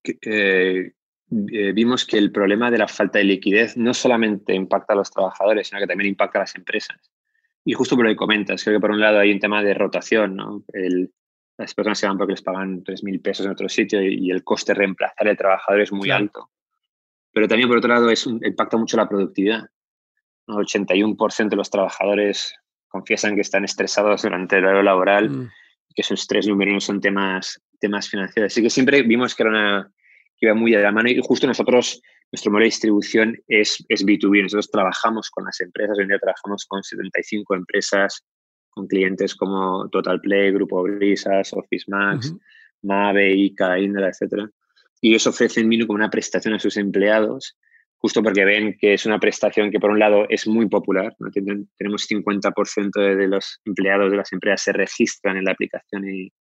Speaker 1: eh, eh, vimos que el problema de la falta de liquidez no solamente impacta a los trabajadores, sino que también impacta a las empresas. Y justo por lo que comentas, creo que por un lado hay un tema de rotación, ¿no? El, las personas se van porque les pagan tres mil pesos en otro sitio y, y el coste de reemplazar al trabajador es muy claro. alto. Pero también, por otro lado, es un, impacta mucho la productividad, ¿no? ochenta y uno por ciento de los trabajadores confiesan que están estresados durante el horario laboral, mm. que esos tres números son temas, temas financieros. Así que siempre vimos que era una que iba muy de la mano y justo nosotros, nuestro modelo de distribución es, es B dos B. Nosotros trabajamos con las empresas, hoy en día trabajamos con setenta y cinco empresas, con clientes como TotalPlay, Grupo Brisas, Office Max, uh-huh. Mave, ICA, Indra, etcétera. Y ellos ofrecen Minu como una prestación a sus empleados, justo porque ven que es una prestación que por un lado es muy popular, ¿no? Tenemos cincuenta por ciento de, de los empleados de las empresas se registran en la aplicación y,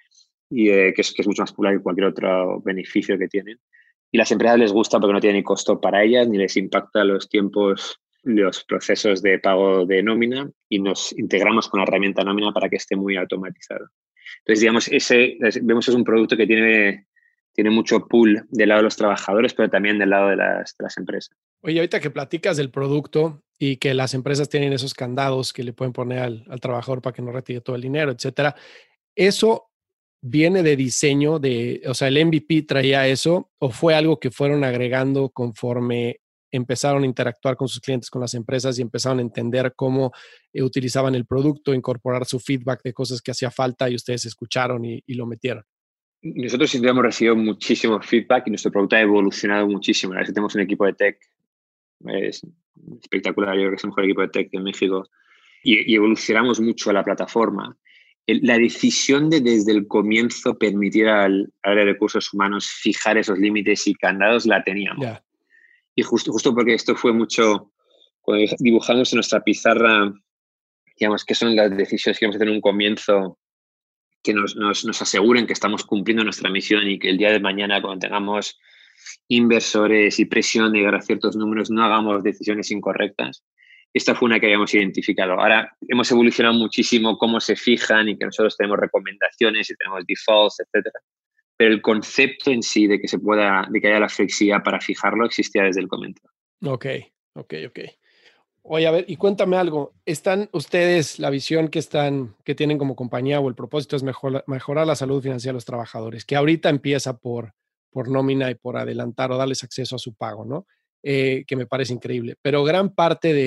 Speaker 1: y eh, que, es, que es mucho más popular que cualquier otro beneficio que tienen. Y las empresas les gusta porque no tiene ni costo para ellas, ni les impacta los tiempos, los procesos de pago de nómina y nos integramos con la herramienta nómina para que esté muy automatizado. Entonces, digamos, ese, vemos que es un producto que tiene, tiene mucho pull del lado de los trabajadores, pero también del lado de las, de las empresas.
Speaker 2: Oye, ahorita que platicas del producto y que las empresas tienen esos candados que le pueden poner al, al trabajador para que no retire todo el dinero, etcétera, ¿eso viene de diseño, de, o sea, el M V P traía eso o fue algo que fueron agregando conforme empezaron a interactuar con sus clientes, con las empresas y empezaron a entender cómo eh, utilizaban el producto, incorporar su feedback de cosas que hacía falta y ustedes escucharon y, y lo metieron?
Speaker 1: Nosotros siempre hemos recibido muchísimo feedback y nuestro producto ha evolucionado muchísimo. Ahora tenemos un equipo de tech es espectacular, yo creo que es el mejor equipo de tech de México y, y evolucionamos mucho la plataforma. El, la decisión de desde el comienzo permitir al área de recursos humanos fijar esos límites y candados la teníamos. Yeah. Y justo, justo porque esto fue mucho, cuando dibujamos en nuestra pizarra, digamos, qué son las decisiones que vamos a hacer en un comienzo que nos, nos, nos aseguren que estamos cumpliendo nuestra misión y que el día de mañana, cuando tengamos inversores y presión de llegar a ciertos números, no hagamos decisiones incorrectas. Esta fue una que habíamos identificado. Ahora hemos evolucionado muchísimo cómo se fijan y que nosotros tenemos recomendaciones y tenemos defaults, etcétera. Pero el concepto en sí de que se pueda, de que haya la flexibilidad para fijarlo existía desde el comienzo.
Speaker 2: Ok, ok, ok. Oye, a ver, y cuéntame algo. ¿Están ustedes, la visión que están, que tienen como compañía o el propósito es mejor, mejorar la salud financiera de los trabajadores, que ahorita empieza por, por nómina y por adelantar o darles acceso a su pago, ¿no? Eh, que me parece increíble. Pero gran parte de,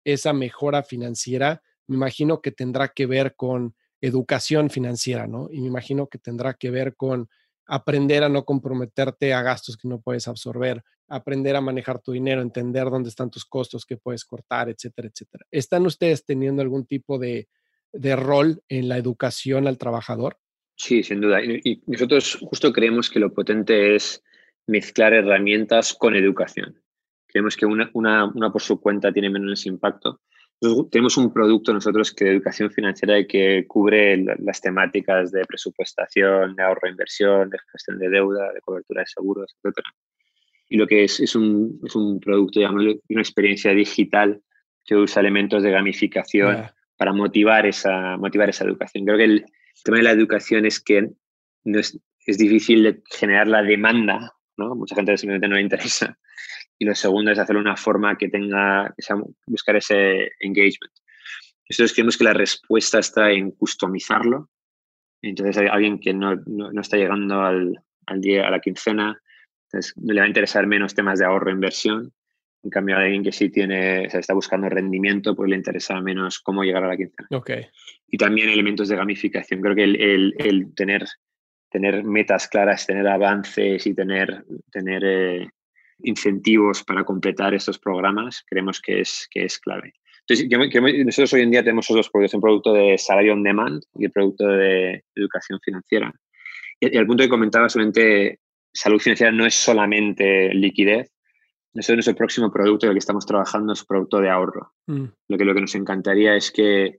Speaker 2: esa mejora financiera, me imagino que tendrá que ver con educación financiera, ¿no? Y me imagino que tendrá que ver con aprender a no comprometerte a gastos que no puedes absorber, aprender a manejar tu dinero, entender dónde están tus costos que puedes cortar, etcétera, etcétera. ¿Están ustedes teniendo algún tipo de, de rol en la educación al trabajador?
Speaker 1: Sí, sin duda. Y, y nosotros justo creemos que lo potente es mezclar herramientas con educación. Creemos que una, una, una por su cuenta tiene menos impacto. Nosotros tenemos un producto nosotros que de educación financiera que cubre las temáticas de presupuestación, de ahorro e inversión, de gestión de deuda, de cobertura de seguros, etcétera. Y lo que es es un, es un producto, digamos, una experiencia digital que usa elementos de gamificación
Speaker 2: Yeah.
Speaker 1: para motivar esa, motivar esa educación. Creo que el tema de la educación es que no es, es difícil de generar la demanda, ¿no? Mucha gente simplemente no le interesa. Y lo segundo es hacerlo de una forma que tenga, que sea, buscar ese engagement. Nosotros creemos que la respuesta está en customizarlo. Entonces, hay alguien que no, no, no está llegando al, al día, a la quincena, entonces le va a interesar menos temas de ahorro e inversión. En cambio, a alguien que sí tiene, o sea, está buscando rendimiento, pues le interesa menos cómo llegar a la quincena.
Speaker 2: Okay.
Speaker 1: Y también elementos de gamificación. Creo que el, el, el tener, tener metas claras, tener avances y tener, tener eh, incentivos para completar estos programas, creemos que es, que es clave. Entonces, que, que nosotros hoy en día tenemos esos dos productos, un producto de salario on demand y el producto de educación financiera. Y, y al punto que comentaba, solamente salud financiera no es solamente liquidez. Nosotros, nuestro próximo producto en el que estamos trabajando es producto de ahorro. Mm. Lo, que, lo que nos encantaría es que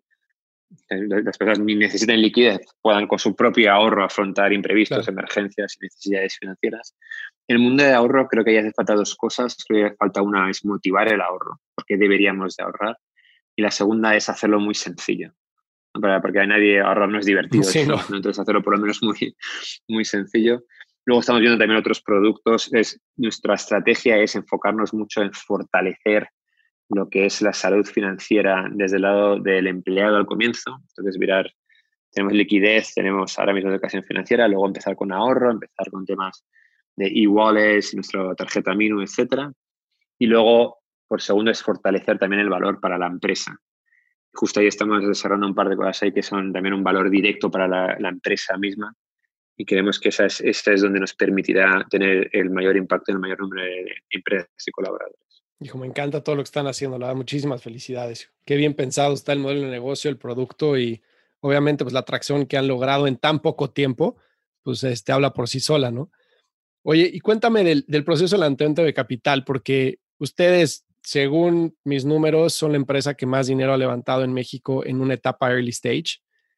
Speaker 1: las personas ni necesiten liquidez, puedan con su propio ahorro afrontar imprevistos, claro, emergencias y necesidades financieras. En el mundo de ahorro creo que ya hace falta dos cosas. Creo que hace falta una es motivar el ahorro, porque deberíamos de ahorrar. Y la segunda es hacerlo muy sencillo, ¿no? Porque a nadie ahorrar no es divertido. Sí, ¿no? ¿no? Entonces hacerlo por lo menos muy, muy sencillo. Luego estamos viendo también otros productos. Es, nuestra estrategia es enfocarnos mucho en fortalecer lo que es la salud financiera desde el lado del empleado al comienzo. Entonces, mirar, tenemos liquidez, tenemos ahora mismo educación financiera, luego empezar con ahorro, empezar con temas de e-wallets, nuestra tarjeta Minu, etcétera. Y luego, por segundo, es fortalecer también el valor para la empresa. Justo ahí estamos desarrollando un par de cosas ahí que son también un valor directo para la, la empresa misma. Y creemos que esa es, esa es donde nos permitirá tener el mayor impacto en el mayor número de empresas y colaboradores.
Speaker 2: Hijo, me encanta todo lo que están haciendo, la verdad, muchísimas felicidades. Qué bien pensado está el modelo de negocio, el producto y obviamente pues la atracción que han logrado en tan poco tiempo, pues este habla por sí sola, ¿no? Oye, y cuéntame del, del proceso de levantamiento de capital, porque ustedes, según mis números, son la empresa que más dinero ha levantado en México en una etapa early stage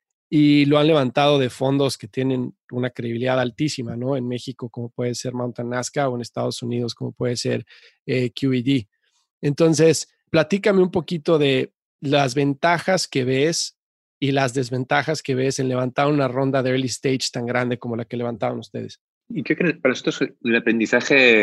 Speaker 2: y lo han levantado de fondos que tienen una credibilidad altísima, ¿no? En México, como puede ser Mountain Nazca, o en Estados Unidos, como puede ser eh, Q E D. Entonces, platícame un poquito de las ventajas que ves y las desventajas que ves en levantar una ronda de early stage tan grande como la que levantaron ustedes.
Speaker 1: Y creo que para nosotros el aprendizaje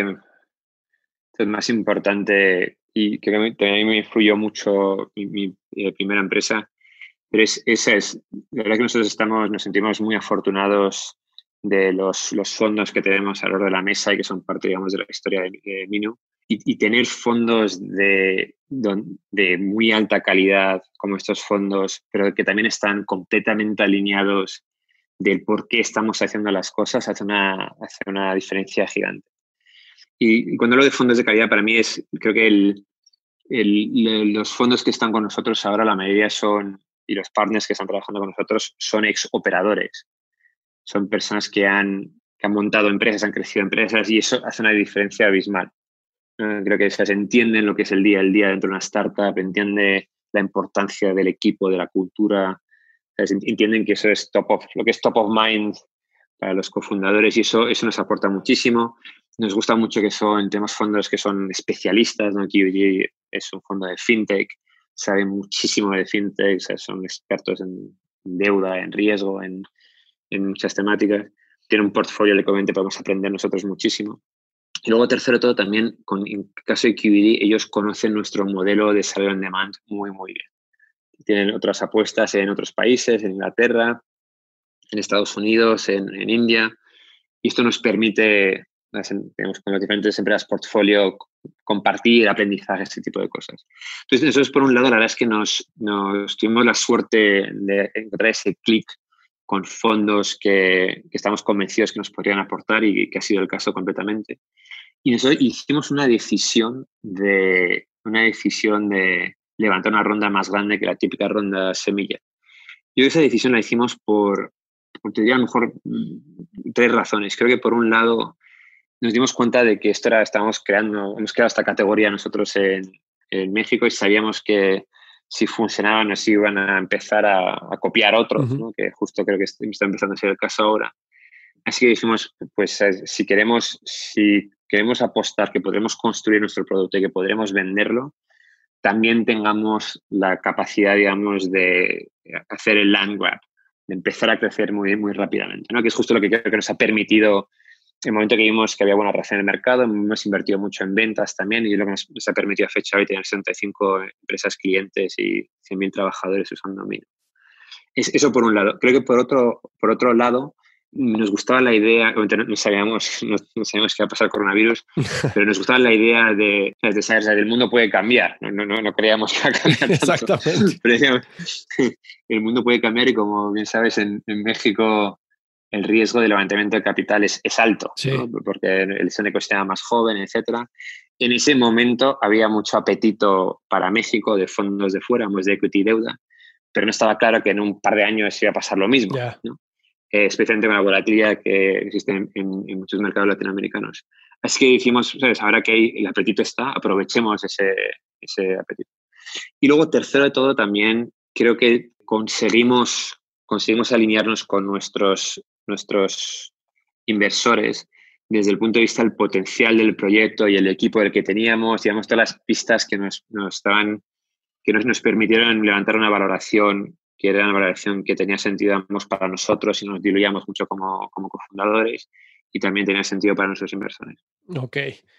Speaker 1: es más importante y que también me influyó mucho mi, mi, mi primera empresa, pero es, esa es, la verdad que nosotros estamos, nos sentimos muy afortunados de los, los fondos que tenemos alrededor de la mesa y que son parte, digamos, de la historia de, de Minu. Y, y tener fondos de, de muy alta calidad como estos fondos, pero que también están completamente alineados del por qué estamos haciendo las cosas, hace una, hace una diferencia gigante. Y, y cuando hablo de fondos de calidad, para mí es, creo que el, el, los fondos que están con nosotros ahora, la mayoría son, y los partners que están trabajando con nosotros, son ex operadores. Son personas que han, que han montado empresas, han crecido empresas y eso hace una diferencia abismal. Creo que se entienden lo que es el día el día dentro de una startup, entiende la importancia del equipo, de la cultura, entienden que eso es top of, lo que es top of mind para los cofundadores y eso, eso nos aporta muchísimo. Nos gusta mucho que son, tenemos fondos que son especialistas, ¿no? Q E D es un fondo de fintech, saben muchísimo de fintech, o sea, son expertos en deuda, en riesgo, en, en muchas temáticas. Tienen un portfolio, le comenté, podemos aprender nosotros muchísimo. Y luego, tercero todo, también, con, en el caso de Q E D, ellos conocen nuestro modelo de salario on demand muy, muy bien. Tienen otras apuestas en otros países, en Inglaterra, en Estados Unidos, en, en India. Y esto nos permite las, tenemos con las diferentes empresas portfolio, compartir aprendizaje, ese tipo de cosas. Entonces, eso es por un lado, la verdad es que nos, nos tuvimos la suerte de encontrar ese clic con fondos que, que estamos convencidos que nos podrían aportar y que ha sido el caso completamente. Y nosotros hicimos una decisión de, una decisión de levantar una ronda más grande que la típica ronda semilla. Yo esa decisión la hicimos por, por te diría a lo mejor tres razones. Creo que por un lado nos dimos cuenta de que esto era, estábamos creando, hemos creado esta categoría nosotros en, en México y sabíamos que si funcionaba nos iban a empezar a, a copiar otros, uh-huh. ¿no? Que justo creo que está empezando a ser el caso ahora. Así que dijimos, pues si queremos, si queremos apostar que podremos construir nuestro producto y que podremos venderlo, también tengamos la capacidad, digamos, de hacer el land grab, de empezar a crecer muy, muy rápidamente, ¿no? Que es justo lo que creo que nos ha permitido, en el momento que vimos que había buena reacción en el mercado, hemos invertido mucho en ventas también y es lo que nos, nos ha permitido a fecha hoy tener setenta y cinco empresas clientes y cien mil trabajadores usando Minu. Es, eso por un lado. Creo que por otro, por otro lado, nos gustaba la idea, no sabíamos, no, no sabíamos qué iba a pasar con coronavirus, pero nos gustaba la idea de, de saber que el mundo puede cambiar. No, no, no, no creíamos que iba a cambiar tanto.
Speaker 2: Exactamente.
Speaker 1: Pero decíamos, el mundo puede cambiar y como bien sabes, en, en México el riesgo de levantamiento de capital es, es alto,
Speaker 2: sí.
Speaker 1: ¿no? Porque es un ecosistema más joven, etcétera. En ese momento había mucho apetito para México de fondos de fuera, más de equity y deuda, pero no estaba claro que en un par de años iba a pasar lo mismo,
Speaker 2: yeah.
Speaker 1: ¿no? Eh, especialmente con la volatilidad que existe en, en, en muchos mercados latinoamericanos. Así que dijimos, ¿sabes? Ahora que hay, el apetito está, aprovechemos ese, ese apetito. Y luego, tercero de todo, también creo que conseguimos, conseguimos alinearnos con nuestros, nuestros inversores desde el punto de vista del potencial del proyecto y el equipo del que teníamos, digamos, todas las pistas que nos, nos, estaban, que nos, nos permitieron levantar una valoración que era una valoración que tenía sentido digamos, para nosotros y nos diluíamos mucho como, como cofundadores y también tenía sentido para nuestros inversores.
Speaker 2: Ok.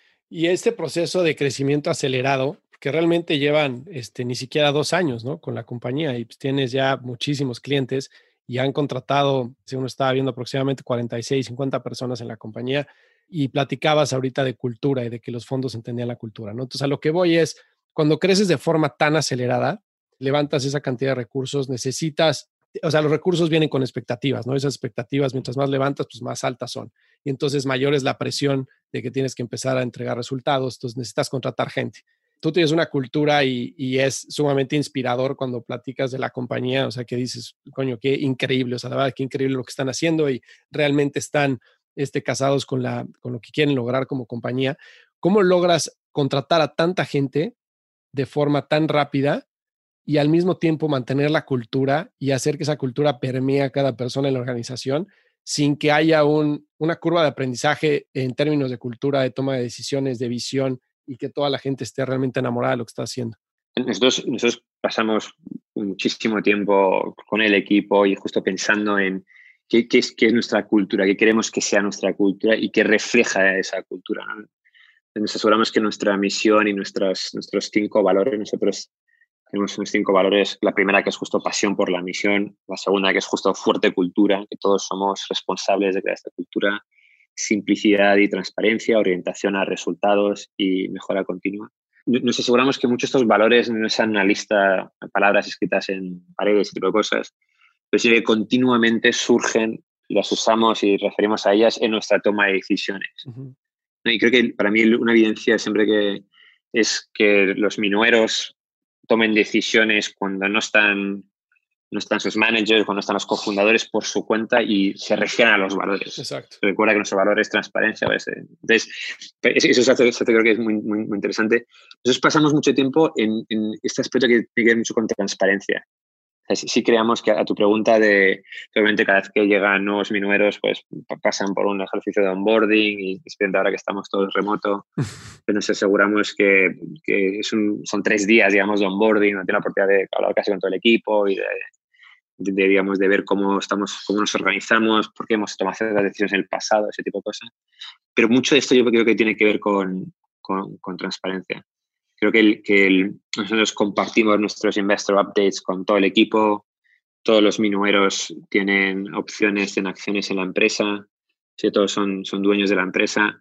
Speaker 2: Y este proceso de crecimiento acelerado, que realmente llevan este, ni siquiera dos años, ¿no? Con la compañía y pues, tienes ya muchísimos clientes y han contratado, si uno estaba viendo aproximadamente cuarenta y seis, cincuenta personas en la compañía y platicabas ahorita de cultura y de que los fondos entendían la cultura, ¿no? Entonces a lo que voy es, cuando creces de forma tan acelerada, levantas esa cantidad de recursos, necesitas, o sea, los recursos vienen con expectativas, ¿no? Esas expectativas, mientras más levantas, pues más altas son. Y entonces mayor es la presión de que tienes que empezar a entregar resultados, entonces necesitas contratar gente. Tú tienes una cultura y, y es sumamente inspirador cuando platicas de la compañía, o sea, que dices, coño, qué increíble, o sea, la verdad, qué increíble lo que están haciendo y realmente están este, casados con, la, con lo que quieren lograr como compañía. ¿Cómo logras contratar a tanta gente de forma tan rápida y al mismo tiempo mantener la cultura y hacer que esa cultura permee a cada persona en la organización sin que haya un, una curva de aprendizaje en términos de cultura, de toma de decisiones, de visión y que toda la gente esté realmente enamorada de lo que está haciendo?
Speaker 1: Nosotros, nosotros pasamos muchísimo tiempo con el equipo y justo pensando en qué, qué, es, qué es nuestra cultura, qué queremos que sea nuestra cultura y qué refleja esa cultura, ¿no? Nos aseguramos que nuestra misión y nuestras, nuestros cinco valores, nosotros tenemos unos cinco valores. La primera que es justo pasión por la misión, la segunda que es justo fuerte cultura, que todos somos responsables de crear esta cultura, simplicidad y transparencia, orientación a resultados y mejora continua. Nos aseguramos que muchos de estos valores no sean una lista de palabras escritas en paredes y tipo de cosas, pero sí que continuamente surgen, las usamos y referimos a ellas en nuestra toma de decisiones. Uh-huh. Y creo que para mí una evidencia siempre que es que los minueros tomen decisiones cuando no están, no están sus managers, cuando están los cofundadores por su cuenta y se refieran a los valores.
Speaker 2: Exacto.
Speaker 1: Recuerda que nuestro valor es transparencia. ¿Ves? Entonces, eso se hace, se hace, creo que es muy, muy, muy interesante. Nosotros pasamos mucho tiempo en, en este aspecto que tiene que ver mucho con transparencia. Sí, sí creamos que a tu pregunta de, obviamente cada vez que llegan nuevos minueros, pues pasan por un ejercicio de onboarding y especialmente ahora que estamos todos remoto, pues nos aseguramos que, que es un, son tres días, digamos, de onboarding, no tiene la oportunidad de hablar casi con todo el equipo y de, de, de, digamos, de ver cómo estamos, cómo nos organizamos, por qué hemos tomado ciertas decisiones en el pasado, ese tipo de cosas. Pero mucho de esto yo creo que tiene que ver con, con, con transparencia. Creo que, el, que el, nosotros compartimos nuestros investor updates con todo el equipo. Todos los minueros tienen opciones en acciones en la empresa. Sí, todos son, son dueños de la empresa.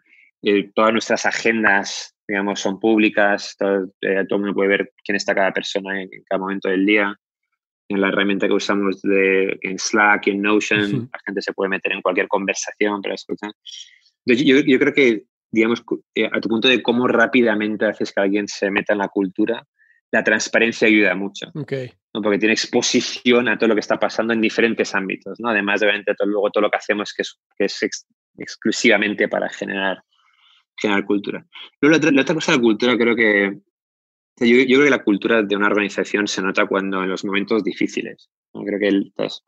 Speaker 1: eh, todas nuestras agendas, digamos, son públicas, todo, eh, todo el mundo puede ver quién está cada persona en, en cada momento del día. En la herramienta que usamos de, en Slack y en Notion, uh-huh. la gente se puede meter en cualquier conversación para escuchar. Entonces, yo, yo creo que, digamos, a tu punto de cómo rápidamente haces que alguien se meta en la cultura, la transparencia ayuda mucho.
Speaker 2: Okay.
Speaker 1: ¿no? Porque tiene exposición a todo lo que está pasando en diferentes ámbitos, ¿no? Además de, obviamente, todo, luego todo lo que hacemos que es, que es ex, exclusivamente para generar, generar cultura. Luego, la otra, la otra cosa de la cultura, creo que Yo, yo creo que la cultura de una organización se nota cuando en los momentos difíciles. ¿no? Creo que el, es,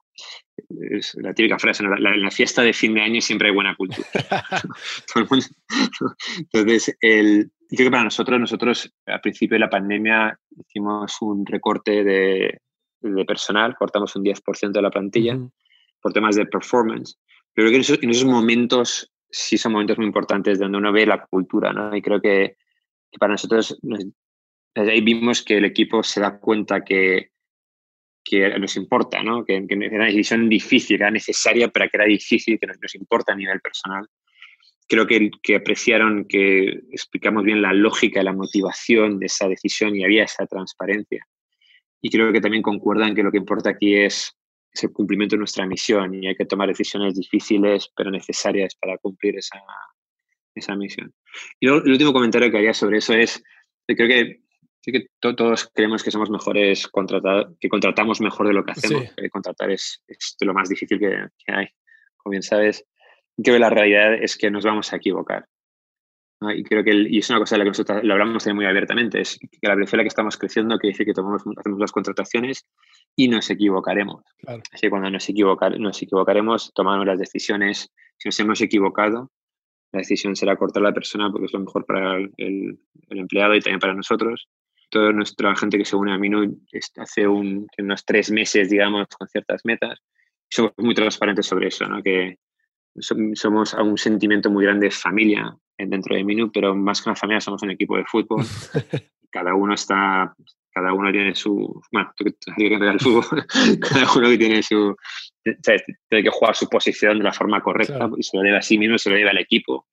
Speaker 1: es la típica frase, ¿no? la, en la fiesta de fin de año siempre hay buena cultura. Todo el mundo. Entonces, el, creo que para nosotros, nosotros al principio de la pandemia hicimos un recorte de, de personal, cortamos un diez por ciento de la plantilla uh-huh. por temas de performance. Pero creo que en esos, en esos momentos sí son momentos muy importantes donde uno ve la cultura, ¿no? Y creo que, que para nosotros... Nos, ahí vimos que el equipo se da cuenta que, que nos importa, ¿no? que, que era una decisión difícil, que era necesaria, pero que era difícil, que nos, nos importa a nivel personal. Creo que, que apreciaron que explicamos bien la lógica y la motivación de esa decisión y había esa transparencia. Y creo que también concuerdan que lo que importa aquí es, es el cumplimiento de nuestra misión y hay que tomar decisiones difíciles, pero necesarias para cumplir esa, esa misión. Y luego, el último comentario que haría sobre eso es que creo que Sí que to- todos creemos que somos mejores contratados, que contratamos mejor de lo que hacemos. Sí. Que contratar es, es lo más difícil que, que hay. Como bien sabes, creo que la realidad es que nos vamos a equivocar. ¿no? Y creo que, el, y es una cosa de la que nosotros lo hablamos muy abiertamente, es que la velocidad a la que estamos creciendo que dice que tomamos, hacemos las contrataciones y nos equivocaremos. Claro. Así que cuando nos, equivocar, nos equivocaremos, tomamos las decisiones. Si nos hemos equivocado, la decisión será cortar a la persona porque es lo mejor para el, el, el empleado y también para nosotros. Toda nuestra gente que se une a Minu hace un, unos tres meses, digamos, con ciertas metas. Somos muy transparentes sobre eso, ¿no? Que somos a un sentimiento muy grande de familia dentro de Minu, pero más que una familia somos un equipo de fútbol. Cada uno está, cada uno tiene su, bueno, tú que tienes que el fútbol, cada uno que tiene su, o sea, tiene que jugar su posición de la forma correcta, claro. Y se lo debe a sí mismo, se lo debe al equipo.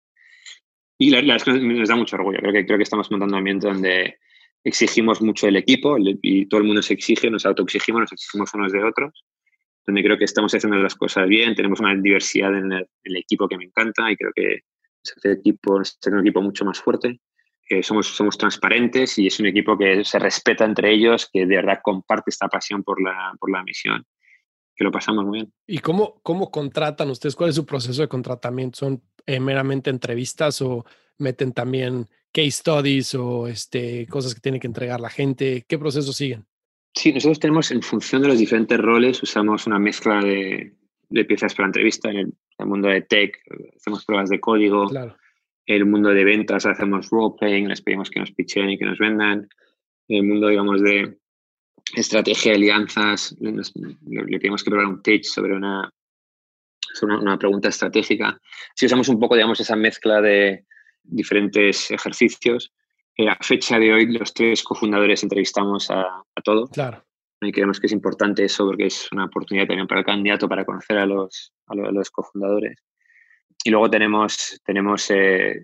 Speaker 1: Y la, la, nos da mucho orgullo. Creo que, creo que estamos montando un ambiente donde exigimos mucho del equipo y todo el mundo se exige, nos autoexigimos, nos exigimos unos de otros, donde creo que estamos haciendo las cosas bien, tenemos una diversidad en el, en el equipo que me encanta y creo que nos hace, equipo, nos hace un equipo mucho más fuerte. Eh, somos, somos transparentes y es un equipo que se respeta entre ellos, que de verdad comparte esta pasión por la, por la misión, que lo pasamos muy bien.
Speaker 2: ¿Y cómo, cómo contratan ustedes? ¿Cuál es su proceso de contratamiento? ¿Son eh, meramente entrevistas o meten también case studies o este, cosas que tiene que entregar la gente? ¿Qué proceso siguen?
Speaker 1: Sí, nosotros tenemos, en función de los diferentes roles, usamos una mezcla de, de piezas para entrevista. En el, en el mundo de tech hacemos pruebas de código.
Speaker 2: Claro.
Speaker 1: En el mundo de ventas hacemos role-playing, les pedimos que nos pitchen y que nos vendan. En el mundo, digamos, de estrategia de alianzas, nos, le pedimos que prepare un pitch sobre una, sobre una, una pregunta estratégica. Si usamos un poco, digamos, esa mezcla de diferentes ejercicios. Eh, a fecha de hoy, los tres cofundadores entrevistamos a, a todos.
Speaker 2: Claro.
Speaker 1: Y creemos que es importante eso porque es una oportunidad también para el candidato para conocer a los, a los, a los cofundadores. Y luego tenemos, tenemos eh,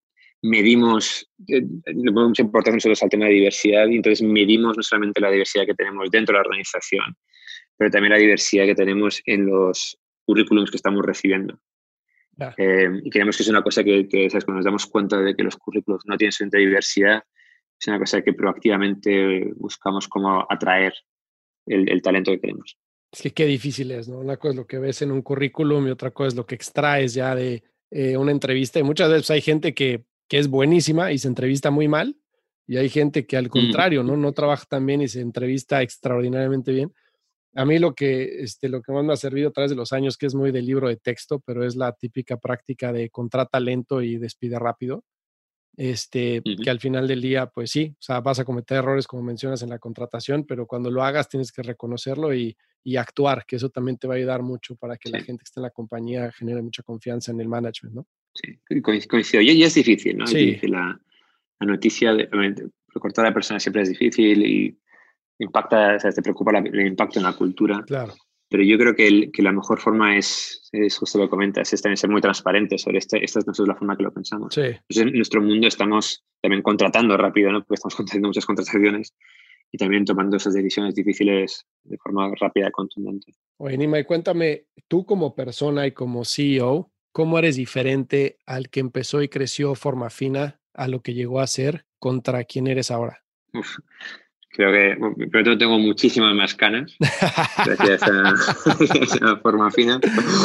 Speaker 1: medimos, eh, le ponemos mucha importancia nosotros al tema de diversidad y entonces medimos no solamente la diversidad que tenemos dentro de la organización, pero también la diversidad que tenemos en los currículums que estamos recibiendo. Claro. Eh, y creemos que es una cosa que, que ¿sabes? Cuando nos damos cuenta de que los currículos no tienen suficiente diversidad, es una cosa que proactivamente buscamos cómo atraer el, el talento que queremos.
Speaker 2: Es que qué difícil es, ¿no? Una cosa es lo que ves en un currículum y otra cosa es lo que extraes ya de eh, una entrevista. Y muchas veces hay gente que, que es buenísima y se entrevista muy mal y hay gente que al contrario, ¿no? No trabaja tan bien y se entrevista extraordinariamente bien. A mí lo que, este, lo que más me ha servido a través de los años, que es muy de libro de texto, pero es la típica práctica de contrata lento y despide rápido. Este, uh-huh. Que al final del día, pues sí, o sea, vas a cometer errores como mencionas en la contratación, pero cuando lo hagas tienes que reconocerlo y, y actuar, que eso también te va a ayudar mucho para que sí. La gente que está en la compañía genere mucha confianza en el management, ¿no?
Speaker 1: Sí, coincido. Y, y es difícil, ¿no?
Speaker 2: Sí.
Speaker 1: Es difícil la, la noticia, de, de recortar a la persona siempre es difícil y impacta, o sea, te preocupa la, el impacto en la cultura.
Speaker 2: Claro.
Speaker 1: pero yo creo que, el, que la mejor forma es, es, justo lo que comentas, es también ser muy transparente sobre este, esta es nosotros la forma que lo pensamos.
Speaker 2: Sí.
Speaker 1: Entonces, en nuestro mundo estamos también contratando rápido, ¿no? Porque estamos haciendo muchas contrataciones y también tomando esas decisiones difíciles de forma rápida y contundente.
Speaker 2: Oye, Nima, y cuéntame, tú como persona y como C E O, ¿cómo eres diferente al que empezó y creció Formafina a lo que llegó a ser contra quién eres ahora?
Speaker 1: Uf, creo que, bueno, primero tengo muchísimas más canas gracias a, a Formafina.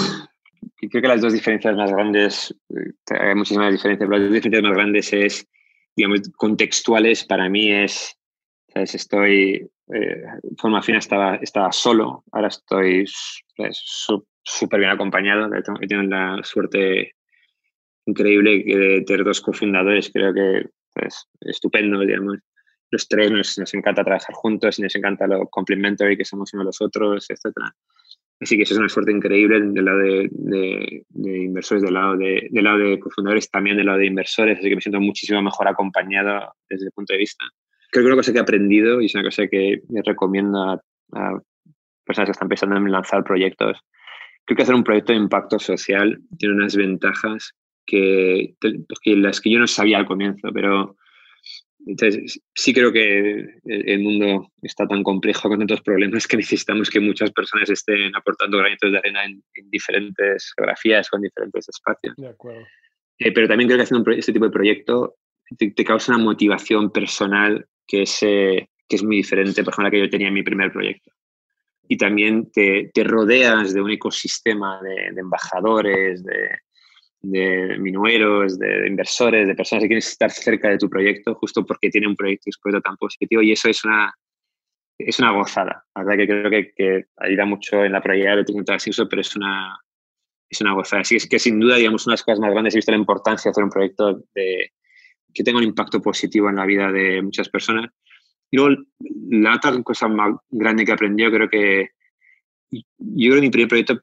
Speaker 1: Y creo que las dos diferencias más grandes, hay muchísimas diferencias, pero las dos diferencias más grandes es, digamos, contextuales. Para mí es, ¿sabes? Estoy, eh, Formafina estaba, estaba solo, ahora estoy súper bien acompañado. He tenido la suerte increíble de tener dos cofundadores, creo que pues, estupendo, digamos. Los tres nos, nos encanta trabajar juntos y nos encanta lo complementary que somos uno de los otros, etcétera. Así que eso es una suerte increíble del lado de, de, de inversores, del lado de, del lado de cofundadores, también del lado de inversores, así que me siento muchísimo mejor acompañado desde el punto de vista. Creo que una cosa que he aprendido y es una cosa que les recomiendo a, a personas que están pensando en lanzar proyectos, creo que hacer un proyecto de impacto social tiene unas ventajas que, que las que yo no sabía al comienzo, pero entonces, sí creo que el mundo está tan complejo con tantos problemas que necesitamos que muchas personas estén aportando granitos de arena en, en diferentes geografías o en diferentes espacios.
Speaker 2: De acuerdo.
Speaker 1: Eh, pero también creo que haciendo un, este tipo de proyecto te, te causa una motivación personal que es, eh, que es muy diferente, por ejemplo, a la que yo tenía en mi primer proyecto. Y también te, te rodeas de un ecosistema de, de embajadores, de, de minueros, de inversores, de personas que quieren estar cerca de tu proyecto justo porque tiene un proyecto expuesto tan positivo y eso es una, es una gozada. La verdad que creo que, que ayuda mucho en la probabilidad de tener éxito, pero es una, es una gozada. Así es que sin duda, digamos, una de las cosas más grandes, he visto la importancia de hacer un proyecto de, que tenga un impacto positivo en la vida de muchas personas. Y luego, la otra cosa más grande que aprendí, yo creo que, yo creo que mi primer proyecto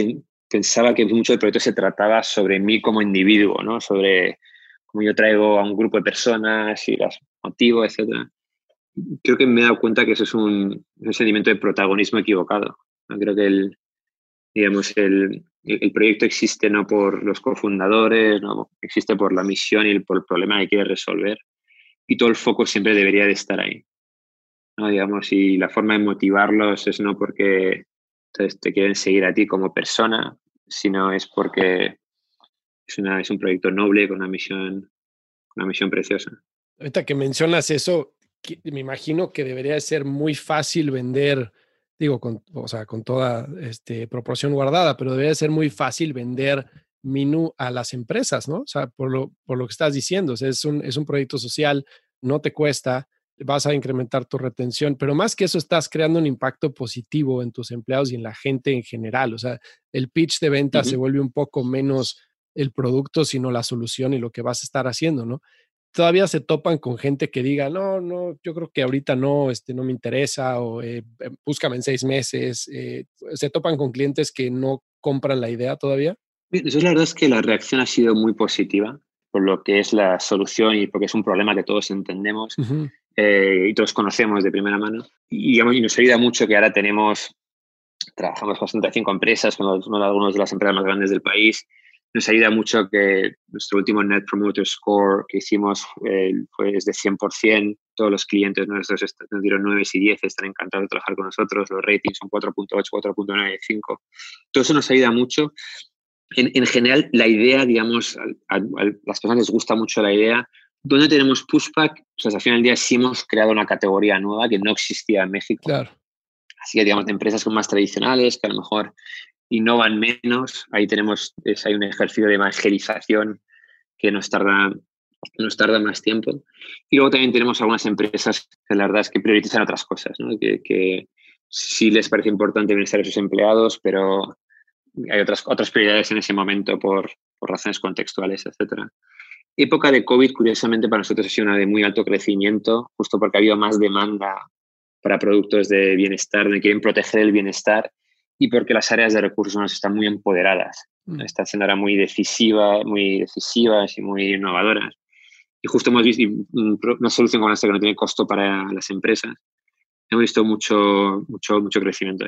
Speaker 1: pensaba que mucho del proyecto se trataba sobre mí como individuo, ¿no? Sobre cómo yo traigo a un grupo de personas y las motivo, etcétera. Creo que me he dado cuenta que eso es un, un sentimiento de protagonismo equivocado, ¿no? Creo que el, digamos, el, el proyecto existe no por los cofundadores, no, existe por la misión y por el problema que quiere resolver. Y todo el foco siempre debería de estar ahí, ¿no? Digamos, y la forma de motivarlos es no porque entonces te quieren seguir a ti como persona, sino es porque es, una, es un proyecto noble con una misión, una misión preciosa.
Speaker 2: Ahorita que mencionas eso, que, me imagino que debería ser muy fácil vender, digo, con, o sea, con toda este, proporción guardada, pero debería ser muy fácil vender Minu a las empresas, ¿no? O sea, por lo, por lo que estás diciendo, o sea, es un, es un proyecto social, no te cuesta, vas a incrementar tu retención, pero más que eso estás creando un impacto positivo en tus empleados y en la gente en general. O sea, el pitch de venta uh-huh. se vuelve un poco menos el producto, sino la solución y lo que vas a estar haciendo, ¿no? Todavía se topan con gente que diga, no, no, yo creo que ahorita no, este, no me interesa o eh, búscame en seis meses. Eh, se topan con clientes que no compran la idea todavía.
Speaker 1: Eso la verdad es que la reacción ha sido muy positiva por lo que es la solución y porque es un problema que todos entendemos uh-huh. eh, y todos conocemos de primera mano. Y, digamos, y nos ayuda mucho que ahora tenemos, trabajamos con sesenta y cinco empresas, con los, con algunas de las empresas más grandes del país. Nos ayuda mucho que nuestro último Net Promoter Score que hicimos eh, fue de cien por ciento. Todos los clientes nuestros nos dieron nueve y diez, están encantados de trabajar con nosotros. Los ratings son cuatro punto ocho, cuatro punto nueve, cinco. Todo eso nos ayuda mucho. En, en general, la idea, digamos, a, a, a las personas les gusta mucho la idea. ¿Dónde tenemos pushback? O sea, al final del día sí hemos creado una categoría nueva que no existía en México.
Speaker 2: Claro.
Speaker 1: Así que, digamos, de empresas más tradicionales que a lo mejor innovan menos, ahí tenemos, es, hay un ejercicio de evangelización que nos tarda, nos tarda más tiempo. Y luego también tenemos algunas empresas que la verdad es que priorizan otras cosas, ¿no? Que, que sí les parece importante bienestar a sus empleados, pero hay otras, otras prioridades en ese momento por, por razones contextuales, etcétera. Época de COVID, curiosamente, para nosotros ha sido una de muy alto crecimiento, justo porque ha habido más demanda para productos de bienestar, donde quieren proteger el bienestar, y porque las áreas de recursos humanos están muy empoderadas, mm. están siendo ahora muy decisivas, muy decisivas y muy innovadoras. Y justo hemos visto una solución como esta que no tiene costo para las empresas. Hemos visto mucho, mucho, mucho crecimiento ahí.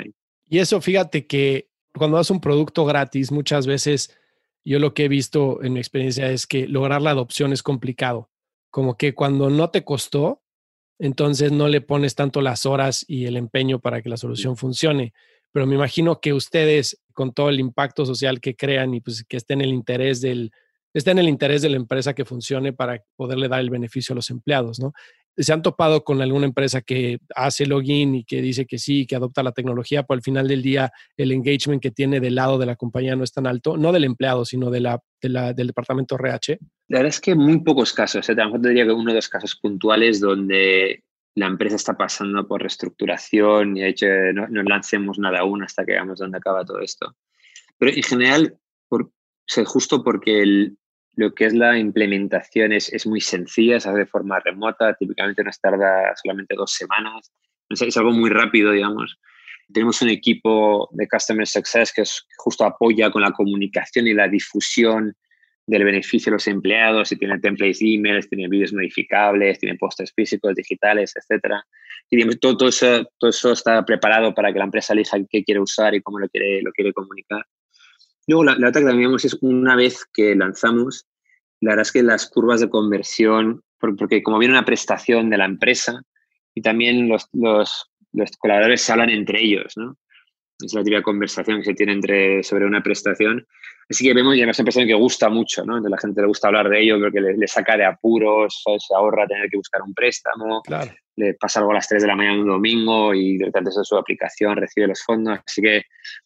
Speaker 2: Y eso, fíjate que cuando das un producto gratis, muchas veces yo lo que he visto en mi experiencia es que lograr la adopción es complicado. Como que cuando no te costó, entonces no le pones tanto las horas y el empeño para que la solución funcione. Pero me imagino que ustedes, con todo el impacto social que crean y pues que esté en el interés del, esté en el interés de la empresa que funcione para poderle dar el beneficio a los empleados, ¿no? ¿Se han topado con alguna empresa que hace login y que dice que sí, que adopta la tecnología, pero al final del día el engagement que tiene del lado de la compañía no es tan alto? No del empleado, sino de la, de la, del departamento R H.
Speaker 1: La verdad es que muy pocos casos. ¿eh? A lo mejor te diría que uno o dos casos puntuales donde la empresa está pasando por reestructuración y ha dicho no, no lancemos nada aún hasta que veamos dónde acaba todo esto. Pero en general, por, o sea, justo porque el, lo que es la implementación es, es muy sencilla, se hace de forma remota, típicamente nos tarda solamente dos semanas, es, es algo muy rápido, digamos. Tenemos un equipo de Customer Success que es, justo apoya con la comunicación y la difusión del beneficio a los empleados, y tiene templates de emails, tiene vídeos modificables, tiene pósters físicos, digitales, etcétera. Y digamos, todo, todo, eso, todo eso está preparado para que la empresa elija qué quiere usar y cómo lo quiere, lo quiere comunicar. Luego, la, la otra que también vemos es una vez que lanzamos, la verdad es que las curvas de conversión, porque como viene una prestación de la empresa y también los, los, los colaboradores se hablan entre ellos, ¿no? Es la típica conversación que se tiene entre, sobre una prestación. Así que vemos ya una prestación que gusta mucho, ¿no? Entonces, la gente le gusta hablar de ello porque le, le saca de apuros, ¿sabes? Se ahorra tener que buscar un préstamo,
Speaker 2: claro.
Speaker 1: Le pasa algo a las tres de la mañana un domingo y de repente su aplicación recibe los fondos. Así que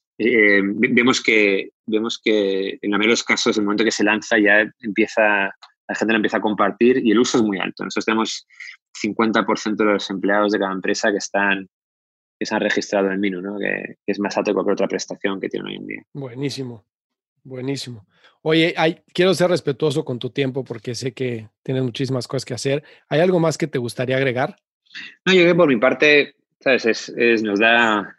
Speaker 1: eh, vemos que vemos que en la mayoría de los casos, en el momento que se lanza, ya empieza, la gente lo empieza a compartir y el uso es muy alto. Nosotros tenemos cincuenta por ciento de los empleados de cada empresa que están que se han registrado en Minu, ¿no? Que, que es más alto que cualquier otra prestación que tiene hoy en día.
Speaker 2: Buenísimo, buenísimo. Oye, hay, quiero ser respetuoso con tu tiempo porque sé que tienes muchísimas cosas que hacer. ¿Hay algo más que te gustaría agregar?
Speaker 1: No, yo creo que por mi parte, ¿sabes? Es, es, nos da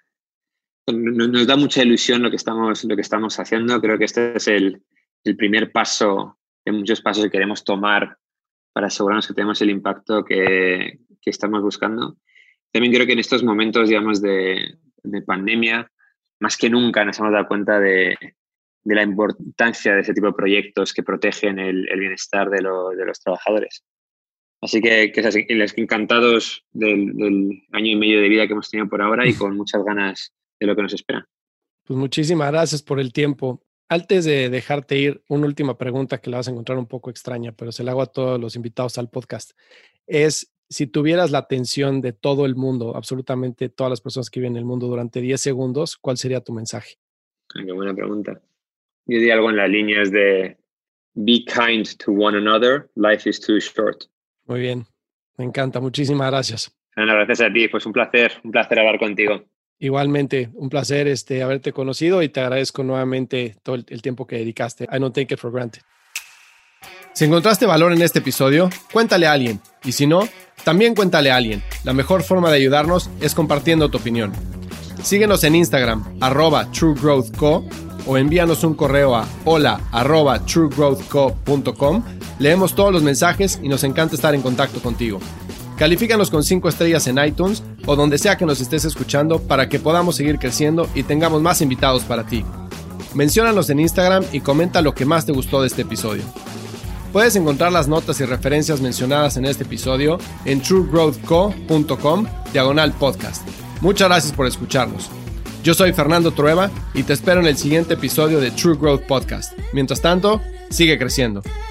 Speaker 1: nos da mucha ilusión lo que estamos, lo que estamos haciendo. Creo que este es el, el primer paso de muchos pasos que queremos tomar para asegurarnos que tenemos el impacto que, que estamos buscando. También creo que en estos momentos, digamos, de, de pandemia, más que nunca nos hemos dado cuenta de, de la importancia de ese tipo de proyectos que protegen el, el bienestar de, lo, de los trabajadores. Así que, que es así, encantados del, del año y medio de vida que hemos tenido por ahora y con muchas ganas de lo que nos espera.
Speaker 2: Pues muchísimas gracias por el tiempo. Antes de dejarte ir, una última pregunta que la vas a encontrar un poco extraña, pero se la hago a todos los invitados al podcast. Es, si tuvieras la atención de todo el mundo, absolutamente todas las personas que viven en el mundo durante diez segundos, ¿cuál sería tu mensaje?
Speaker 1: Ay, qué buena pregunta. Yo diría algo en las líneas de be kind to one another, life is too short.
Speaker 2: Muy bien, me encanta. Muchísimas gracias.
Speaker 1: Ana, gracias a ti, pues un placer, un placer hablar contigo.
Speaker 2: Igualmente, un placer este, haberte conocido y te agradezco nuevamente todo el, el tiempo que dedicaste. I don't take it for granted. Si encontraste valor en este episodio, cuéntale a alguien. Y si no, también cuéntale a alguien. La mejor forma de ayudarnos es compartiendo tu opinión. Síguenos en Instagram, arroba truegrowthco, o envíanos un correo a hola arroba truegrowthco punto com. Leemos todos los mensajes y nos encanta estar en contacto contigo. Califícanos con cinco estrellas en iTunes o donde sea que nos estés escuchando para que podamos seguir creciendo y tengamos más invitados para ti. Menciónanos en Instagram y comenta lo que más te gustó de este episodio. Puedes encontrar las notas y referencias mencionadas en este episodio en truegrowthco punto com diagonal podcast. Muchas gracias por escucharnos. Yo soy Fernando Trueba y te espero en el siguiente episodio de True Growth Podcast. Mientras tanto, sigue creciendo.